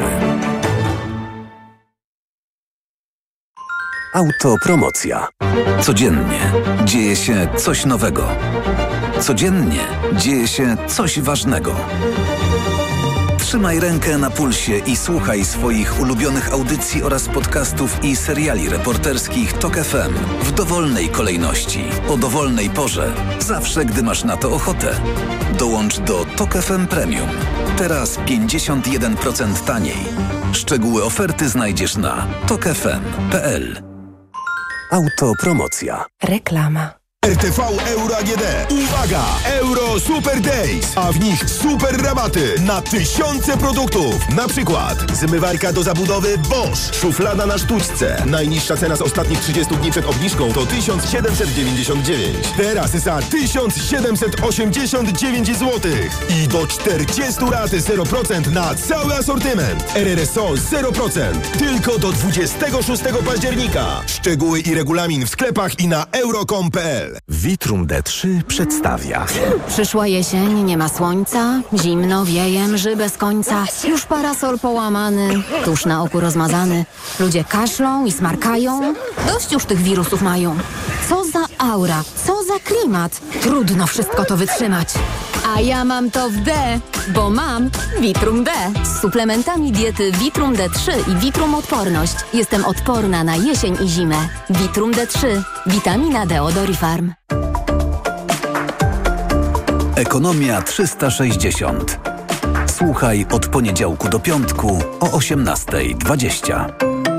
Autopromocja. Codziennie dzieje się coś nowego. Codziennie dzieje się coś ważnego. Trzymaj rękę na pulsie i słuchaj swoich ulubionych audycji oraz podcastów i seriali reporterskich TOK FM w dowolnej kolejności, o dowolnej porze, zawsze gdy masz na to ochotę. Dołącz do TOK FM Premium. Teraz 51% taniej. Szczegóły oferty znajdziesz na tokfm.pl. Autopromocja. Reklama. RTV Euro AGD. Uwaga! Euro Super Days, a w nich super rabaty na tysiące produktów. Na przykład zmywarka do zabudowy Bosch, szuflada na sztuczce. Najniższa cena z ostatnich 30 dni przed obniżką to 1799. Teraz za 1789 zł. I do 40 rat 0% na cały asortyment. RRSO 0%. Tylko do 26 października. Szczegóły i regulamin w sklepach i na euro.com.pl. Vitrum D3 przedstawia. Przyszła jesień, nie ma słońca, zimno, wieje, mrzy bez końca. Już parasol połamany, tusz na oku rozmazany. Ludzie kaszlą i smarkają. Dość już tych wirusów mają. Co za aura, co za klimat. Trudno wszystko to wytrzymać. A ja mam to w D, bo mam Vitrum D. Z suplementami diety Vitrum D3 i Vitrum Odporność. Jestem odporna na jesień i zimę. Vitrum D3. Witamina D od Orifarm. Ekonomia 360. Słuchaj od poniedziałku do piątku o 18:20.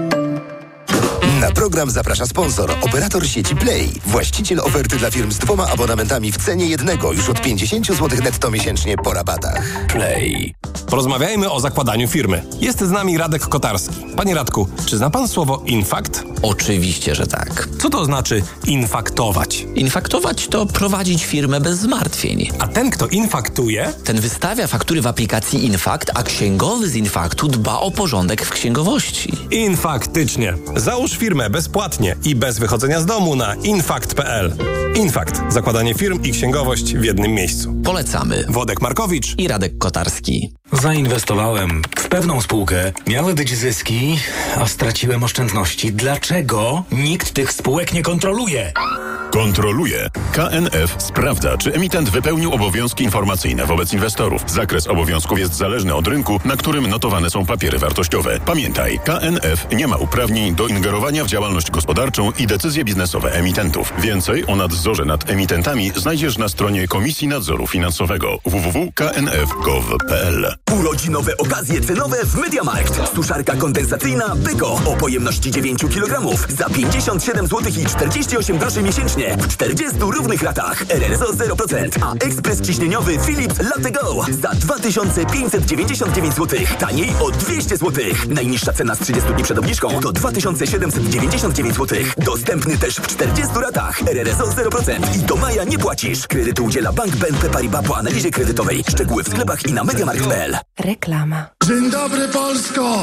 Na program zaprasza sponsor, operator sieci Play. Właściciel oferty dla firm z 2 abonamentami w cenie jednego już od 50 zł netto miesięcznie po rabatach. Play. Porozmawiajmy o zakładaniu firmy. Jest z nami Radek Kotarski. Panie Radku, czy zna pan słowo infakt? Oczywiście, że tak. Co to znaczy infaktować? Infaktować to prowadzić firmę bez zmartwień. A ten, kto infaktuje? Ten wystawia faktury w aplikacji Infakt, a księgowy z Infaktu dba o porządek w księgowości. Infaktycznie. Załóż firmę bezpłatnie i bez wychodzenia z domu na infakt.pl. Infakt. Zakładanie firm i księgowość w jednym miejscu. Polecamy. Wodek Markowicz i Radek Kotarski. Zainwestowałem w pewną spółkę. Miały być zyski, a straciłem oszczędności. Dlaczego nikt tych spółek nie kontroluje? Kontroluje. KNF sprawdza, czy emitent wypełnił obowiązki informacyjne wobec inwestorów. Zakres obowiązków jest zależny od rynku, na którym notowane są papiery wartościowe. Pamiętaj, KNF nie ma uprawnień do ingerowania w działalność gospodarczą i decyzje biznesowe emitentów. Więcej o nadzorze nad emitentami znajdziesz na stronie Komisji Nadzoru Finansowego www.knf.gov.pl. Urodzinowe okazje cenowe w MediaMarkt. Suszarka kondensacyjna Beko o pojemności 9 kg za 57 zł i 48 groszy miesięcznie w 40 równych latach. RRSO 0%, a ekspres ciśnieniowy Philips Latte Go za 2599 zł. Taniej o 200 zł. Najniższa cena z 30 dni przed obniżką to 2799 zł. Dostępny też w 40 ratach. RRSO 0% i do maja nie płacisz. Kredytu udziela Bank BNP Paribas po analizie kredytowej. Szczegóły w sklepach i na mediamarkt.pl. Reklama. Dzień dobry, Polsko!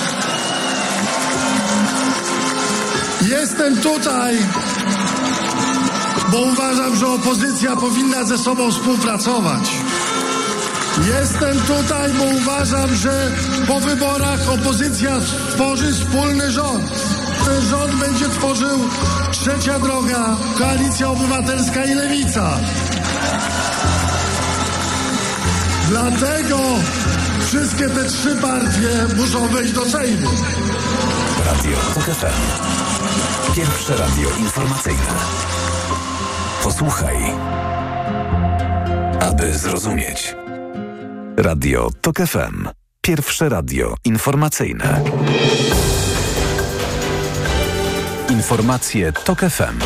Jestem tutaj, bo uważam, że opozycja powinna ze sobą współpracować. Jestem tutaj, bo uważam, że po wyborach opozycja stworzy wspólny rząd. Ten rząd będzie tworzył Trzecia Droga, Koalicja Obywatelska i Lewica. Dlatego wszystkie te 3 partie muszą wejść do Sejmu. Radio TOK FM. Pierwsze radio informacyjne. Posłuchaj, aby zrozumieć. Radio TOK FM. Pierwsze radio informacyjne. Informacje TOK FM.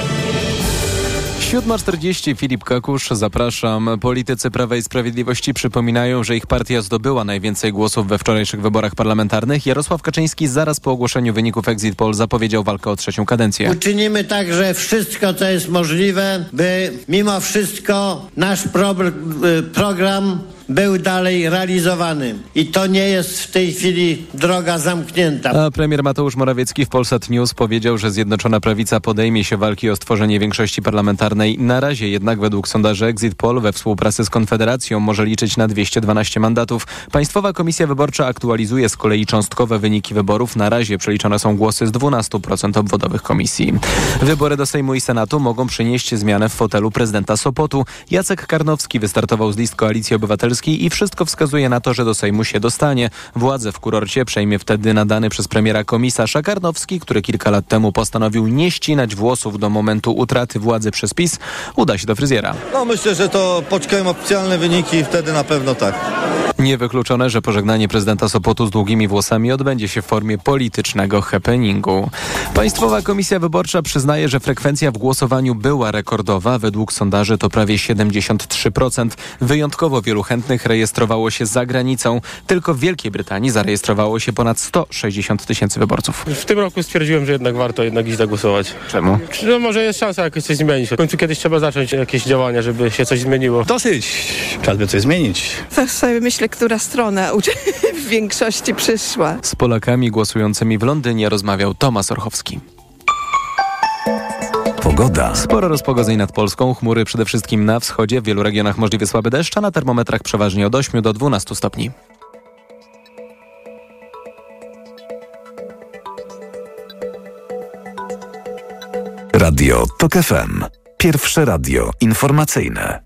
7:40, Filip Kakusz, zapraszam. Politycy Prawa i Sprawiedliwości przypominają, że ich partia zdobyła najwięcej głosów we wczorajszych wyborach parlamentarnych. Jarosław Kaczyński zaraz po ogłoszeniu wyników Exit Poll zapowiedział walkę o 3. kadencję. Uczynimy także wszystko, co jest możliwe, by mimo wszystko nasz program był dalej realizowany. I to nie jest w tej chwili droga zamknięta. A premier Mateusz Morawiecki w Polsat News powiedział, że Zjednoczona Prawica podejmie się walki o stworzenie większości parlamentarnej. Na razie jednak według sondaży Exit Poll we współpracy z Konfederacją może liczyć na 212 mandatów. Państwowa Komisja Wyborcza aktualizuje z kolei cząstkowe wyniki wyborów. Na razie przeliczone są głosy z 12% obwodowych komisji. Wybory do Sejmu i Senatu mogą przynieść zmianę w fotelu prezydenta Sopotu. Jacek Karnowski wystartował z list Koalicji Obywatelskiej Małopolskiej i wszystko wskazuje na to, że do Sejmu się dostanie. Władzę w kurorcie przejmie wtedy nadany przez premiera komisarz Karnowski, który kilka lat temu postanowił nie ścinać włosów do momentu utraty władzy przez PiS. Uda się do fryzjera. Myślę, że to poczekają oficjalne wyniki i wtedy na pewno tak. Niewykluczone, że pożegnanie prezydenta Sopotu z długimi włosami odbędzie się w formie politycznego happeningu. Państwowa Komisja Wyborcza przyznaje, że frekwencja w głosowaniu była rekordowa. Według sondaży to prawie 73%. Wyjątkowo wielu chętnych rejestrowało się za granicą. Tylko w Wielkiej Brytanii zarejestrowało się ponad 160 tysięcy wyborców. W tym roku stwierdziłem, że warto iść zagłosować. Czemu? Może jest szansa jakoś coś zmienić. W końcu kiedyś trzeba zacząć jakieś działania, żeby się coś zmieniło. Dosyć. Czas by coś zmienić. Tak sobie myślę, która strona w większości przyszła. Z Polakami głosującymi w Londynie rozmawiał Tomasz Orchowski. Pogoda. Sporo rozpogodzeń nad Polską. Chmury przede wszystkim na wschodzie. W wielu regionach możliwy słaby deszcz, a na termometrach przeważnie od 8 do 12 stopni. Radio TOK FM. Pierwsze radio informacyjne.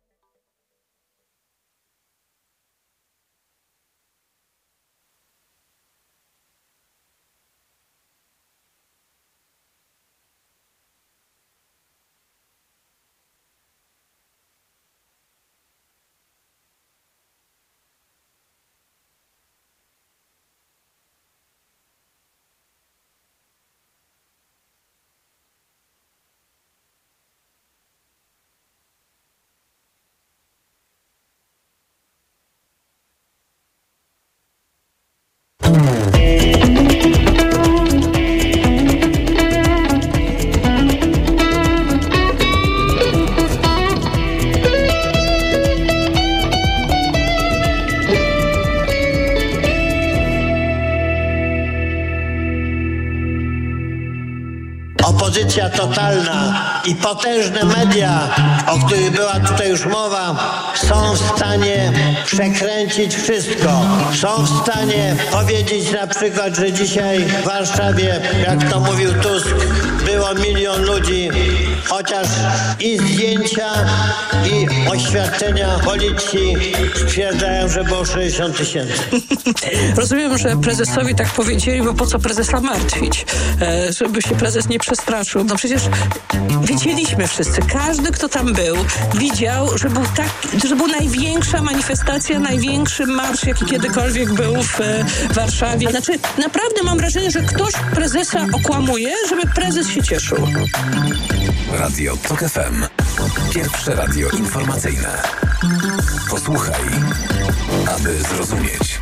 Opozycja totalna i potężne media, o których była tutaj już mowa, są w stanie przekręcić wszystko. Są w stanie powiedzieć na przykład, że dzisiaj w Warszawie, jak to mówił Tusk, było 1 milion ludzi, chociaż i zdjęcia, i oświadczenia policji stwierdzają, że było 60 tysięcy. Rozumiem, że prezesowi tak powiedzieli, bo po co prezesa martwić? Żeby się prezes nie przestraszył. No przecież wiedzieliśmy wszyscy, każdy, kto tam był, widział, że była największa manifestacja, największy marsz, jaki kiedykolwiek był w Warszawie. Znaczy, naprawdę mam wrażenie, że ktoś prezesa okłamuje, żeby prezes się cieszył. Radio TOK FM. Pierwsze radio informacyjne. Posłuchaj, aby zrozumieć.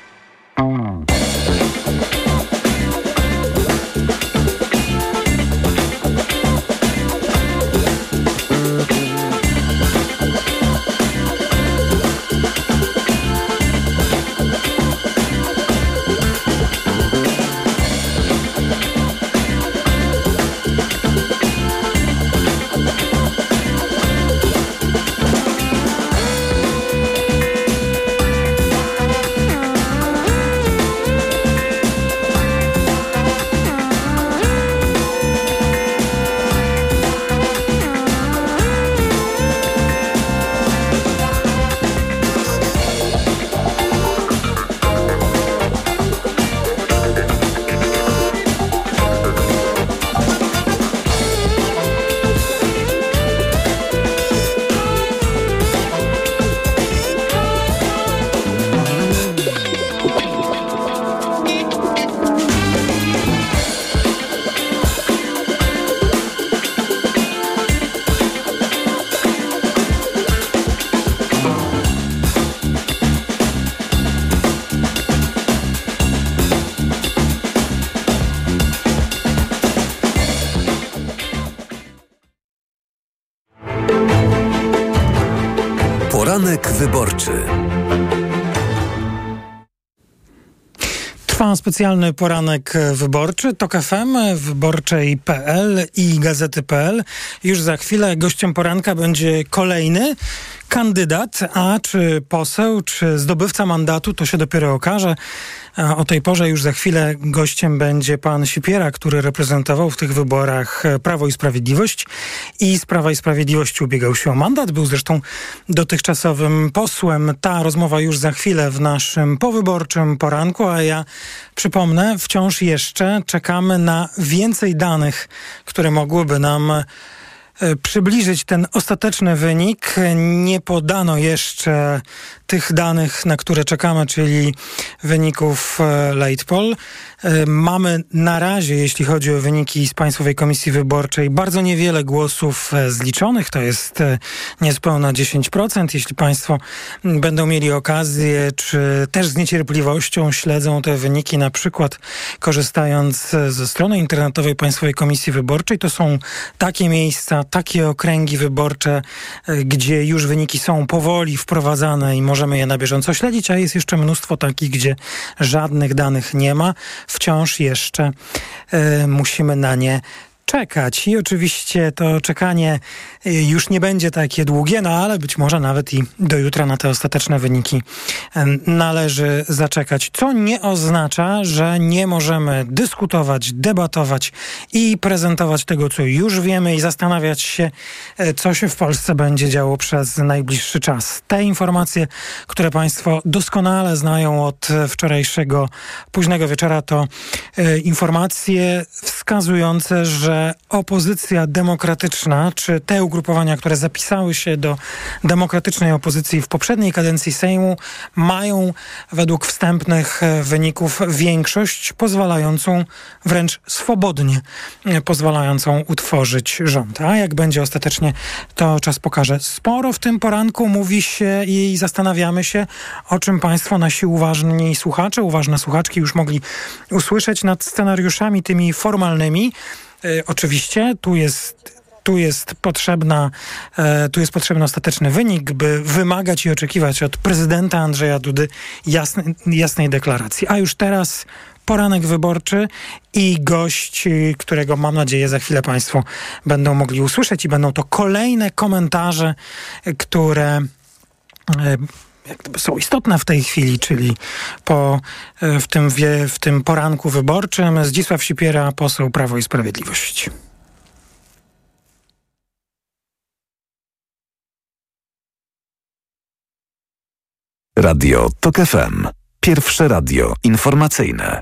Poranek wyborczy. Trwa specjalny poranek wyborczy. TOK FM, wyborczej.pl i gazety.pl. Już za chwilę gościem poranka będzie kolejny, kandydat, a czy poseł, czy zdobywca mandatu, to się dopiero okaże. A o tej porze już za chwilę gościem będzie pan Sipiera, który reprezentował w tych wyborach Prawo i Sprawiedliwość i z Prawa i Sprawiedliwości ubiegał się o mandat. Był zresztą dotychczasowym posłem. Ta rozmowa już za chwilę w naszym powyborczym poranku, a ja przypomnę, wciąż jeszcze czekamy na więcej danych, które mogłyby nam przybliżyć ten ostateczny wynik. Nie podano jeszcze tych danych, na które czekamy, czyli wyników late poll. Mamy na razie, jeśli chodzi o wyniki z Państwowej Komisji Wyborczej, bardzo niewiele głosów zliczonych. To jest niespełna 10%. Jeśli Państwo będą mieli okazję, czy też z niecierpliwością śledzą te wyniki, na przykład korzystając ze strony internetowej Państwowej Komisji Wyborczej, to są takie miejsca, takie okręgi wyborcze, gdzie już wyniki są powoli wprowadzane i możemy je na bieżąco śledzić, a jest jeszcze mnóstwo takich, gdzie żadnych danych nie ma. Wciąż jeszcze musimy na nie czekać. I oczywiście to czekanie już nie będzie takie długie, no ale być może nawet i do jutra na te ostateczne wyniki należy zaczekać. Co nie oznacza, że nie możemy dyskutować, debatować i prezentować tego, co już wiemy i zastanawiać się, co się w Polsce będzie działo przez najbliższy czas. Te informacje, które Państwo doskonale znają od wczorajszego późnego wieczora, to informacje wskazujące, że opozycja demokratyczna, czy te ugrupowania, które zapisały się do demokratycznej opozycji w poprzedniej kadencji Sejmu, mają według wstępnych wyników większość pozwalającą wręcz swobodnie pozwalającą utworzyć rząd. A jak będzie ostatecznie, to czas pokaże. Sporo w tym poranku mówi się i zastanawiamy się, o czym Państwo, nasi uważni słuchacze, uważne słuchaczki już mogli usłyszeć nad scenariuszami tymi formalnymi. Oczywiście tu jest potrzebny ostateczny wynik, by wymagać i oczekiwać od prezydenta Andrzeja Dudy jasnej deklaracji. A już teraz poranek wyborczy i gość, którego mam nadzieję za chwilę Państwo będą mogli usłyszeć i będą to kolejne komentarze, które jak gdyby są istotne w tej chwili, czyli w tym poranku wyborczym. Zdzisław Sipiera, poseł Prawo i Sprawiedliwość. Radio TOK FM. Pierwsze radio informacyjne.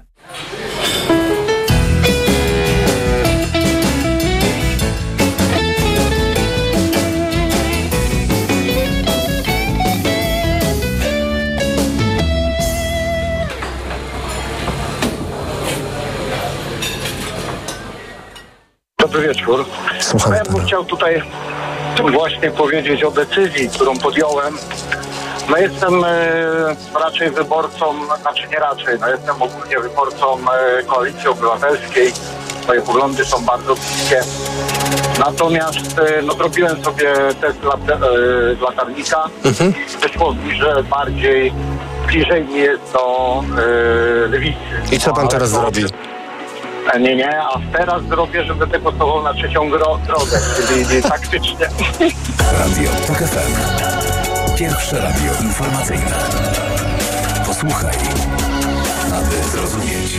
Dobry wieczór. Ja bym chciał tutaj właśnie powiedzieć o decyzji, którą podjąłem. No jestem raczej wyborcą, znaczy nie raczej, jestem ogólnie wyborcą Koalicji Obywatelskiej. Moje poglądy są bardzo bliskie. Natomiast zrobiłem sobie test latarnika. Wyszło mi, że bliżej mi jest do lewicy. I co pan teraz zrobi? Nie, a teraz zrobię, żeby tego głosował na trzecią drogę, czyli taktycznie. Radio TOK FM. Pierwsze radio informacyjne. Posłuchaj, aby zrozumieć.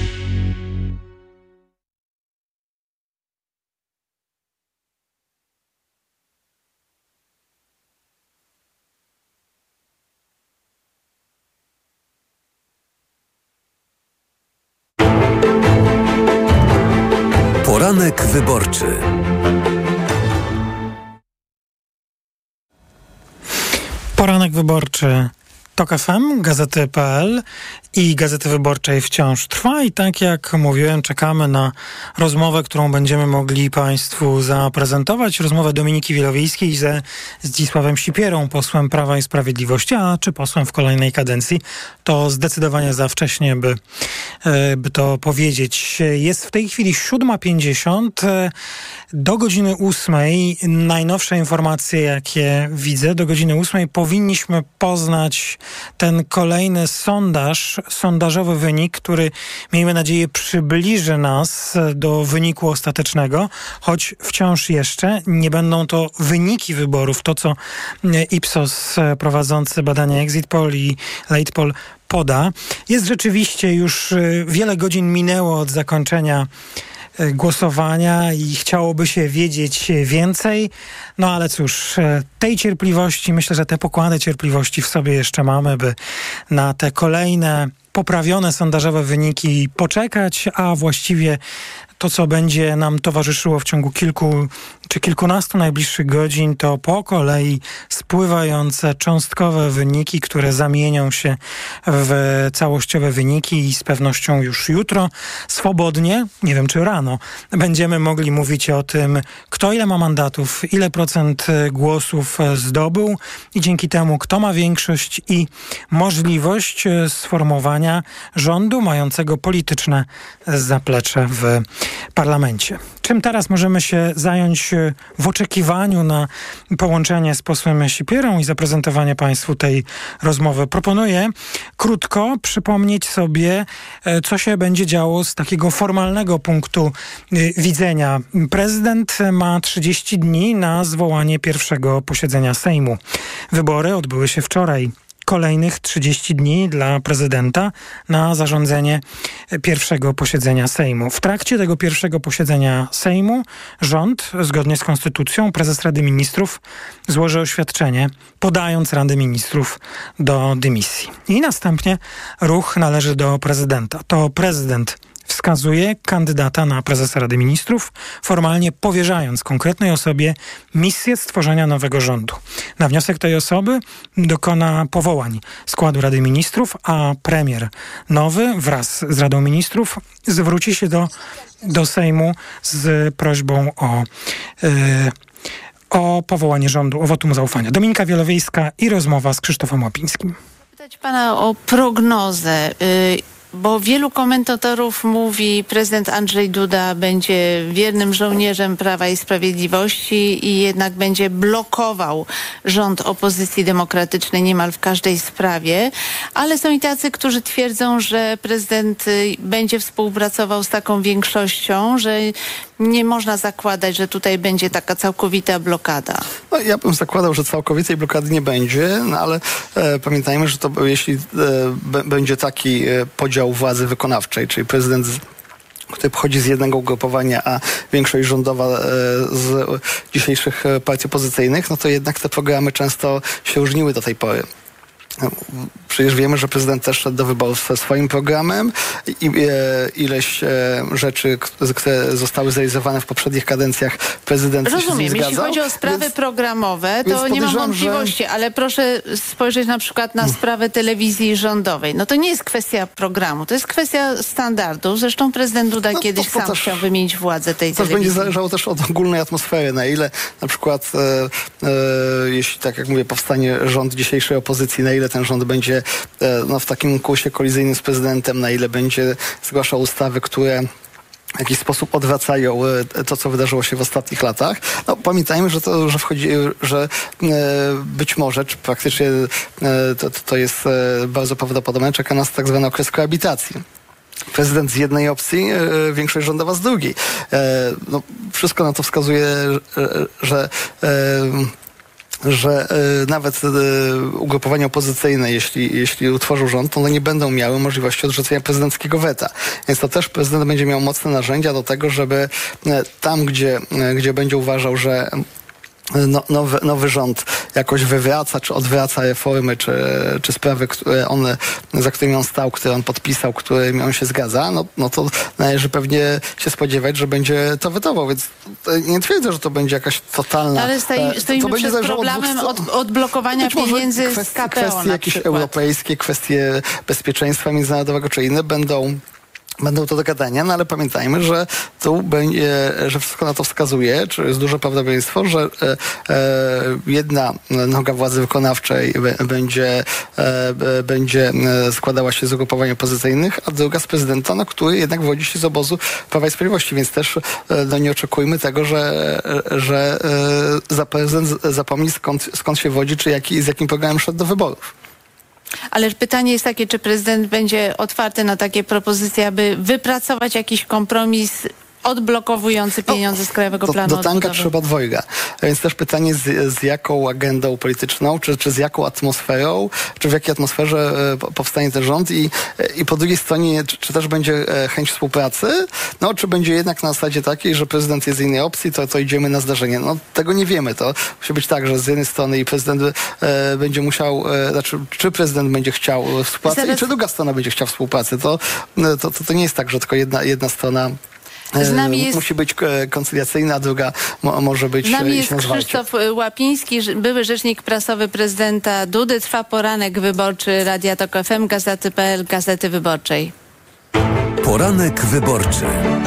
Poranek wyborczy. Poranek wyborczy TOK FM, Gazety.pl i Gazety Wyborczej wciąż trwa i tak jak mówiłem, czekamy na rozmowę, którą będziemy mogli Państwu zaprezentować. Rozmowę Dominiki Wielowiejskiej ze Zdzisławem Sipierą, posłem Prawa i Sprawiedliwości, a czy posłem w kolejnej kadencji, to zdecydowanie za wcześnie, by to powiedzieć. Jest w tej chwili 7:50. Do godziny 8:00 najnowsze informacje, jakie widzę, do godziny 8:00 powinniśmy poznać ten kolejny sondażowy wynik, który, miejmy nadzieję, przybliży nas do wyniku ostatecznego, choć wciąż jeszcze nie będą to wyniki wyborów, to co Ipsos prowadzący badania Exit Poll i Late Poll poda. Jest rzeczywiście już wiele godzin minęło od zakończenia głosowania i chciałoby się wiedzieć więcej. No ale cóż, tej cierpliwości, myślę, że te pokłady cierpliwości w sobie jeszcze mamy, by na te kolejne poprawione sondażowe wyniki poczekać, a właściwie to, co będzie nam towarzyszyło w ciągu kilku czy kilkunastu najbliższych godzin, to po kolei spływające cząstkowe wyniki, które zamienią się w całościowe wyniki i z pewnością już jutro swobodnie, nie wiem czy rano, będziemy mogli mówić o tym, kto ile ma mandatów, ile procent głosów zdobył i dzięki temu kto ma większość i możliwość sformowania rządu mającego polityczne zaplecze w parlamencie. Czym teraz możemy się zająć w oczekiwaniu na połączenie z posłem Sipierą i zaprezentowanie Państwu tej rozmowy? Proponuję krótko przypomnieć sobie, co się będzie działo z takiego formalnego punktu widzenia. Prezydent ma 30 dni na zwołanie pierwszego posiedzenia Sejmu. Wybory odbyły się wczoraj. Kolejnych 30 dni dla prezydenta na zarządzenie pierwszego posiedzenia Sejmu. W trakcie tego pierwszego posiedzenia Sejmu rząd, zgodnie z konstytucją, prezes Rady Ministrów złoży oświadczenie, podając Radę Ministrów do dymisji. I następnie ruch należy do prezydenta. To prezydent wskazuje kandydata na prezesa Rady Ministrów, formalnie powierzając konkretnej osobie misję stworzenia nowego rządu. Na wniosek tej osoby dokona powołań składu Rady Ministrów, a premier nowy wraz z Radą Ministrów zwróci się do Sejmu z prośbą o powołanie rządu, o wotum zaufania. Dominika Wielowiejska i rozmowa z Krzysztofem Łapińskim. Pytać pana o prognozę. Bo wielu komentatorów mówi, prezydent Andrzej Duda będzie wiernym żołnierzem Prawa i Sprawiedliwości i jednak będzie blokował rząd opozycji demokratycznej niemal w każdej sprawie, ale są i tacy, którzy twierdzą, że prezydent będzie współpracował z taką większością, że nie można zakładać, że tutaj będzie taka całkowita blokada. No, ja bym zakładał, że całkowitej blokady nie będzie, no ale pamiętajmy, że to jeśli będzie taki podział władzy wykonawczej, czyli prezydent który pochodzi z jednego ugrupowania, a większość rządowa z dzisiejszych partii opozycyjnych, no to jednak te programy często się różniły do tej pory. Przecież wiemy, że prezydent też szedł do wyborów ze swoim programem i ileś rzeczy, które zostały zrealizowane w poprzednich kadencjach, prezydent się z tym zgadzał. Jeśli chodzi o sprawy programowe, to nie mam wątpliwości, ale proszę spojrzeć na przykład na sprawę telewizji rządowej. No to nie jest kwestia programu, to jest kwestia standardów. Zresztą prezydent Duda kiedyś sam chciał wymienić władzę tej telewizji. To będzie zależało też od ogólnej atmosfery, na ile na przykład, jeśli tak jak mówię, powstanie rząd dzisiejszej opozycji, na ile ten rząd będzie w takim kursie kolizyjnym z prezydentem, na ile będzie zgłaszał ustawy, które w jakiś sposób odwracają to, co wydarzyło się w ostatnich latach. No, pamiętajmy, że być może, czy praktycznie to jest bardzo prawdopodobne, czeka nas tak zwany okres koabitacji. Prezydent z jednej opcji, większość rządowa z drugiej. No, wszystko na to wskazuje, że nawet ugrupowania opozycyjne, jeśli utworzą rząd, to one nie będą miały możliwości odrzucenia prezydenckiego weta. Więc to też prezydent będzie miał mocne narzędzia do tego, żeby tam, gdzie będzie uważał, że nowy rząd jakoś wywraca, czy odwraca reformy, czy sprawy, za którymi on stał, które on podpisał, którymi on się zgadza, no to należy pewnie się spodziewać, że będzie to wetował, więc nie twierdzę, że to będzie jakaś totalna... Ale stoimy przed problemem odblokowania pieniędzy z KPO kwestie jakieś europejskie, kwestie bezpieczeństwa międzynarodowego, czy inne będą to do gadania, no ale pamiętajmy, że że wszystko na to wskazuje, czy jest duże prawdopodobieństwo, że jedna noga władzy wykonawczej będzie składała się z ugrupowań opozycyjnych, a druga z prezydenta, który jednak wodzi się z obozu Prawa i Sprawiedliwości, więc też nie oczekujmy tego, że prezydent zapomni skąd się wodzi, czy z jakim programem szedł do wyborów. Ale pytanie jest takie, czy prezydent będzie otwarty na takie propozycje, aby wypracować jakiś kompromis odblokowujący pieniądze z Krajowego Planu Do tanka Odbudowy. trzeba dwojga. Więc też pytanie z jaką agendą polityczną, czy z jaką atmosferą, czy w jakiej atmosferze powstanie ten rząd i po drugiej stronie, czy też będzie chęć współpracy, czy będzie jednak na zasadzie takiej, że prezydent jest z innej opcji, to idziemy na zdarzenie. Tego nie wiemy. To musi być tak, że z jednej strony i prezydent będzie musiał, czy prezydent będzie chciał współpracy i czy druga strona będzie chciała współpracy. To nie jest tak, że tylko jedna strona musi być koncyliacyjna, a druga może być... Z nami jest Krzysztof Łapiński, były rzecznik prasowy prezydenta Dudy. Trwa poranek wyborczy Radia Tok FM, Gazety.pl, Gazety Wyborczej. Poranek wyborczy.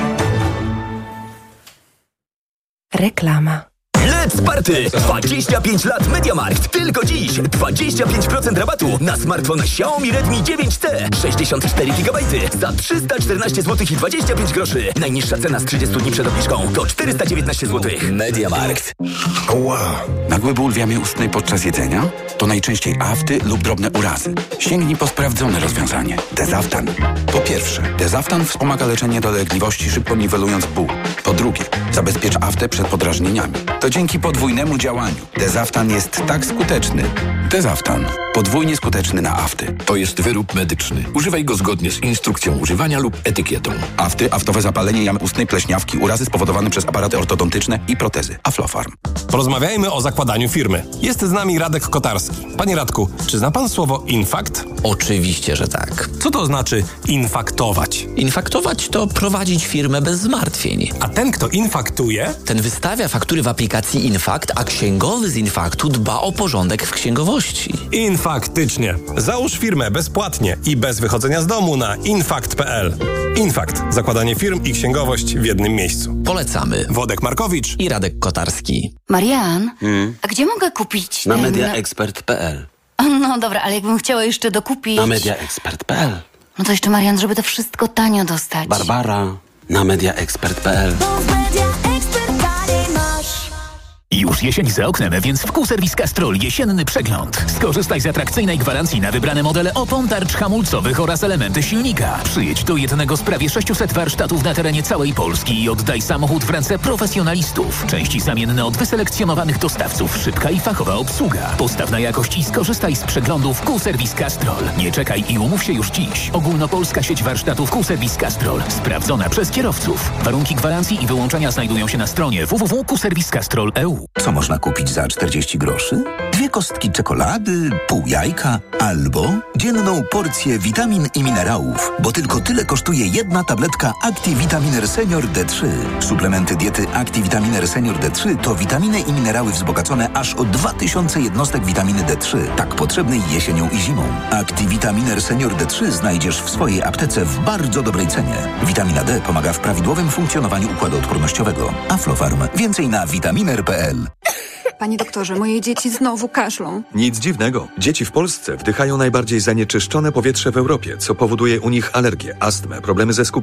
Reklama. Let's Party! 25 lat MediaMarkt. Tylko dziś 25% rabatu na smartfon Xiaomi Redmi 9T. 64 GB za 314 zł i 25 groszy. Najniższa cena z 30 dni przed obniżką to 419 zł. MediaMarkt. Ła! Nagły ból w jamie ustnej podczas jedzenia? To najczęściej afty lub drobne urazy. Sięgnij po sprawdzone rozwiązanie. Dezaftan. Po pierwsze, Dezaftan wspomaga leczenie dolegliwości, szybko niwelując ból. Po drugie, zabezpiecza aftę przed podrażnieniami. To dzięki podwójnemu działaniu. Dezaftan jest tak skuteczny. Dezaftan. Podwójnie skuteczny na afty. To jest wyrób medyczny. Używaj go zgodnie z instrukcją używania lub etykietą. Afty, aftowe zapalenie jamy ustnej, pleśniawki, urazy spowodowane przez aparaty ortodontyczne i protezy. Aflofarm. Porozmawiajmy o zakładaniu firmy. Jest z nami Radek Kotarski. Panie Radku, czy zna pan słowo infakt? Oczywiście, że tak. Co to znaczy infaktować? Infaktować to prowadzić firmę bez zmartwień. A ten, kto infaktuje? Ten wystawia faktury w aplikacji Infakt, a księgowy z Infaktu dba o porządek w księgowości. Faktycznie. Załóż firmę bezpłatnie i bez wychodzenia z domu na infakt.pl. Infakt. Zakładanie firm i księgowość w jednym miejscu. Polecamy. Wodek Markowicz i Radek Kotarski. Marian, a gdzie mogę kupić Na mediaexpert.pl. No dobra, ale jakbym chciała jeszcze dokupić... Na mediaexpert.pl. No to jeszcze, Marian, żeby to wszystko tanio dostać. Barbara. Na mediaexpert.pl. Już jesień za oknem, więc w Q-Service Castrol jesienny przegląd. Skorzystaj z atrakcyjnej gwarancji na wybrane modele opon, tarcz hamulcowych oraz elementy silnika. Przyjedź do jednego z prawie 600 warsztatów na terenie całej Polski i oddaj samochód w ręce profesjonalistów. Części zamienne od wyselekcjonowanych dostawców, szybka i fachowa obsługa. Postaw na jakość i skorzystaj z przeglądów Q-Service Castrol. Nie czekaj i umów się już dziś. Ogólnopolska sieć warsztatów Q-Service Castrol. Sprawdzona przez kierowców. Warunki gwarancji i wyłączenia znajdują się na stronie www.qservicecastrol.eu. Co można kupić za 40 groszy? 2 kostki czekolady, pół jajka albo dzienną porcję witamin i minerałów, bo tylko tyle kosztuje jedna tabletka Activitaminer Senior D3. Suplementy diety Activitaminer Senior D3 to witaminy i minerały wzbogacone aż o 2000 jednostek witaminy D3, tak potrzebnej jesienią i zimą. Activitaminer Senior D3 znajdziesz w swojej aptece w bardzo dobrej cenie. Witamina D pomaga w prawidłowym funkcjonowaniu układu odpornościowego. Aflofarm. Więcej na vitaminer.pl. Panie doktorze, moje dzieci znowu kaszlą. Nic dziwnego. Dzieci w Polsce wdychają najbardziej zanieczyszczone powietrze w Europie, co powoduje u nich alergie, astmę, problemy ze skupieniem.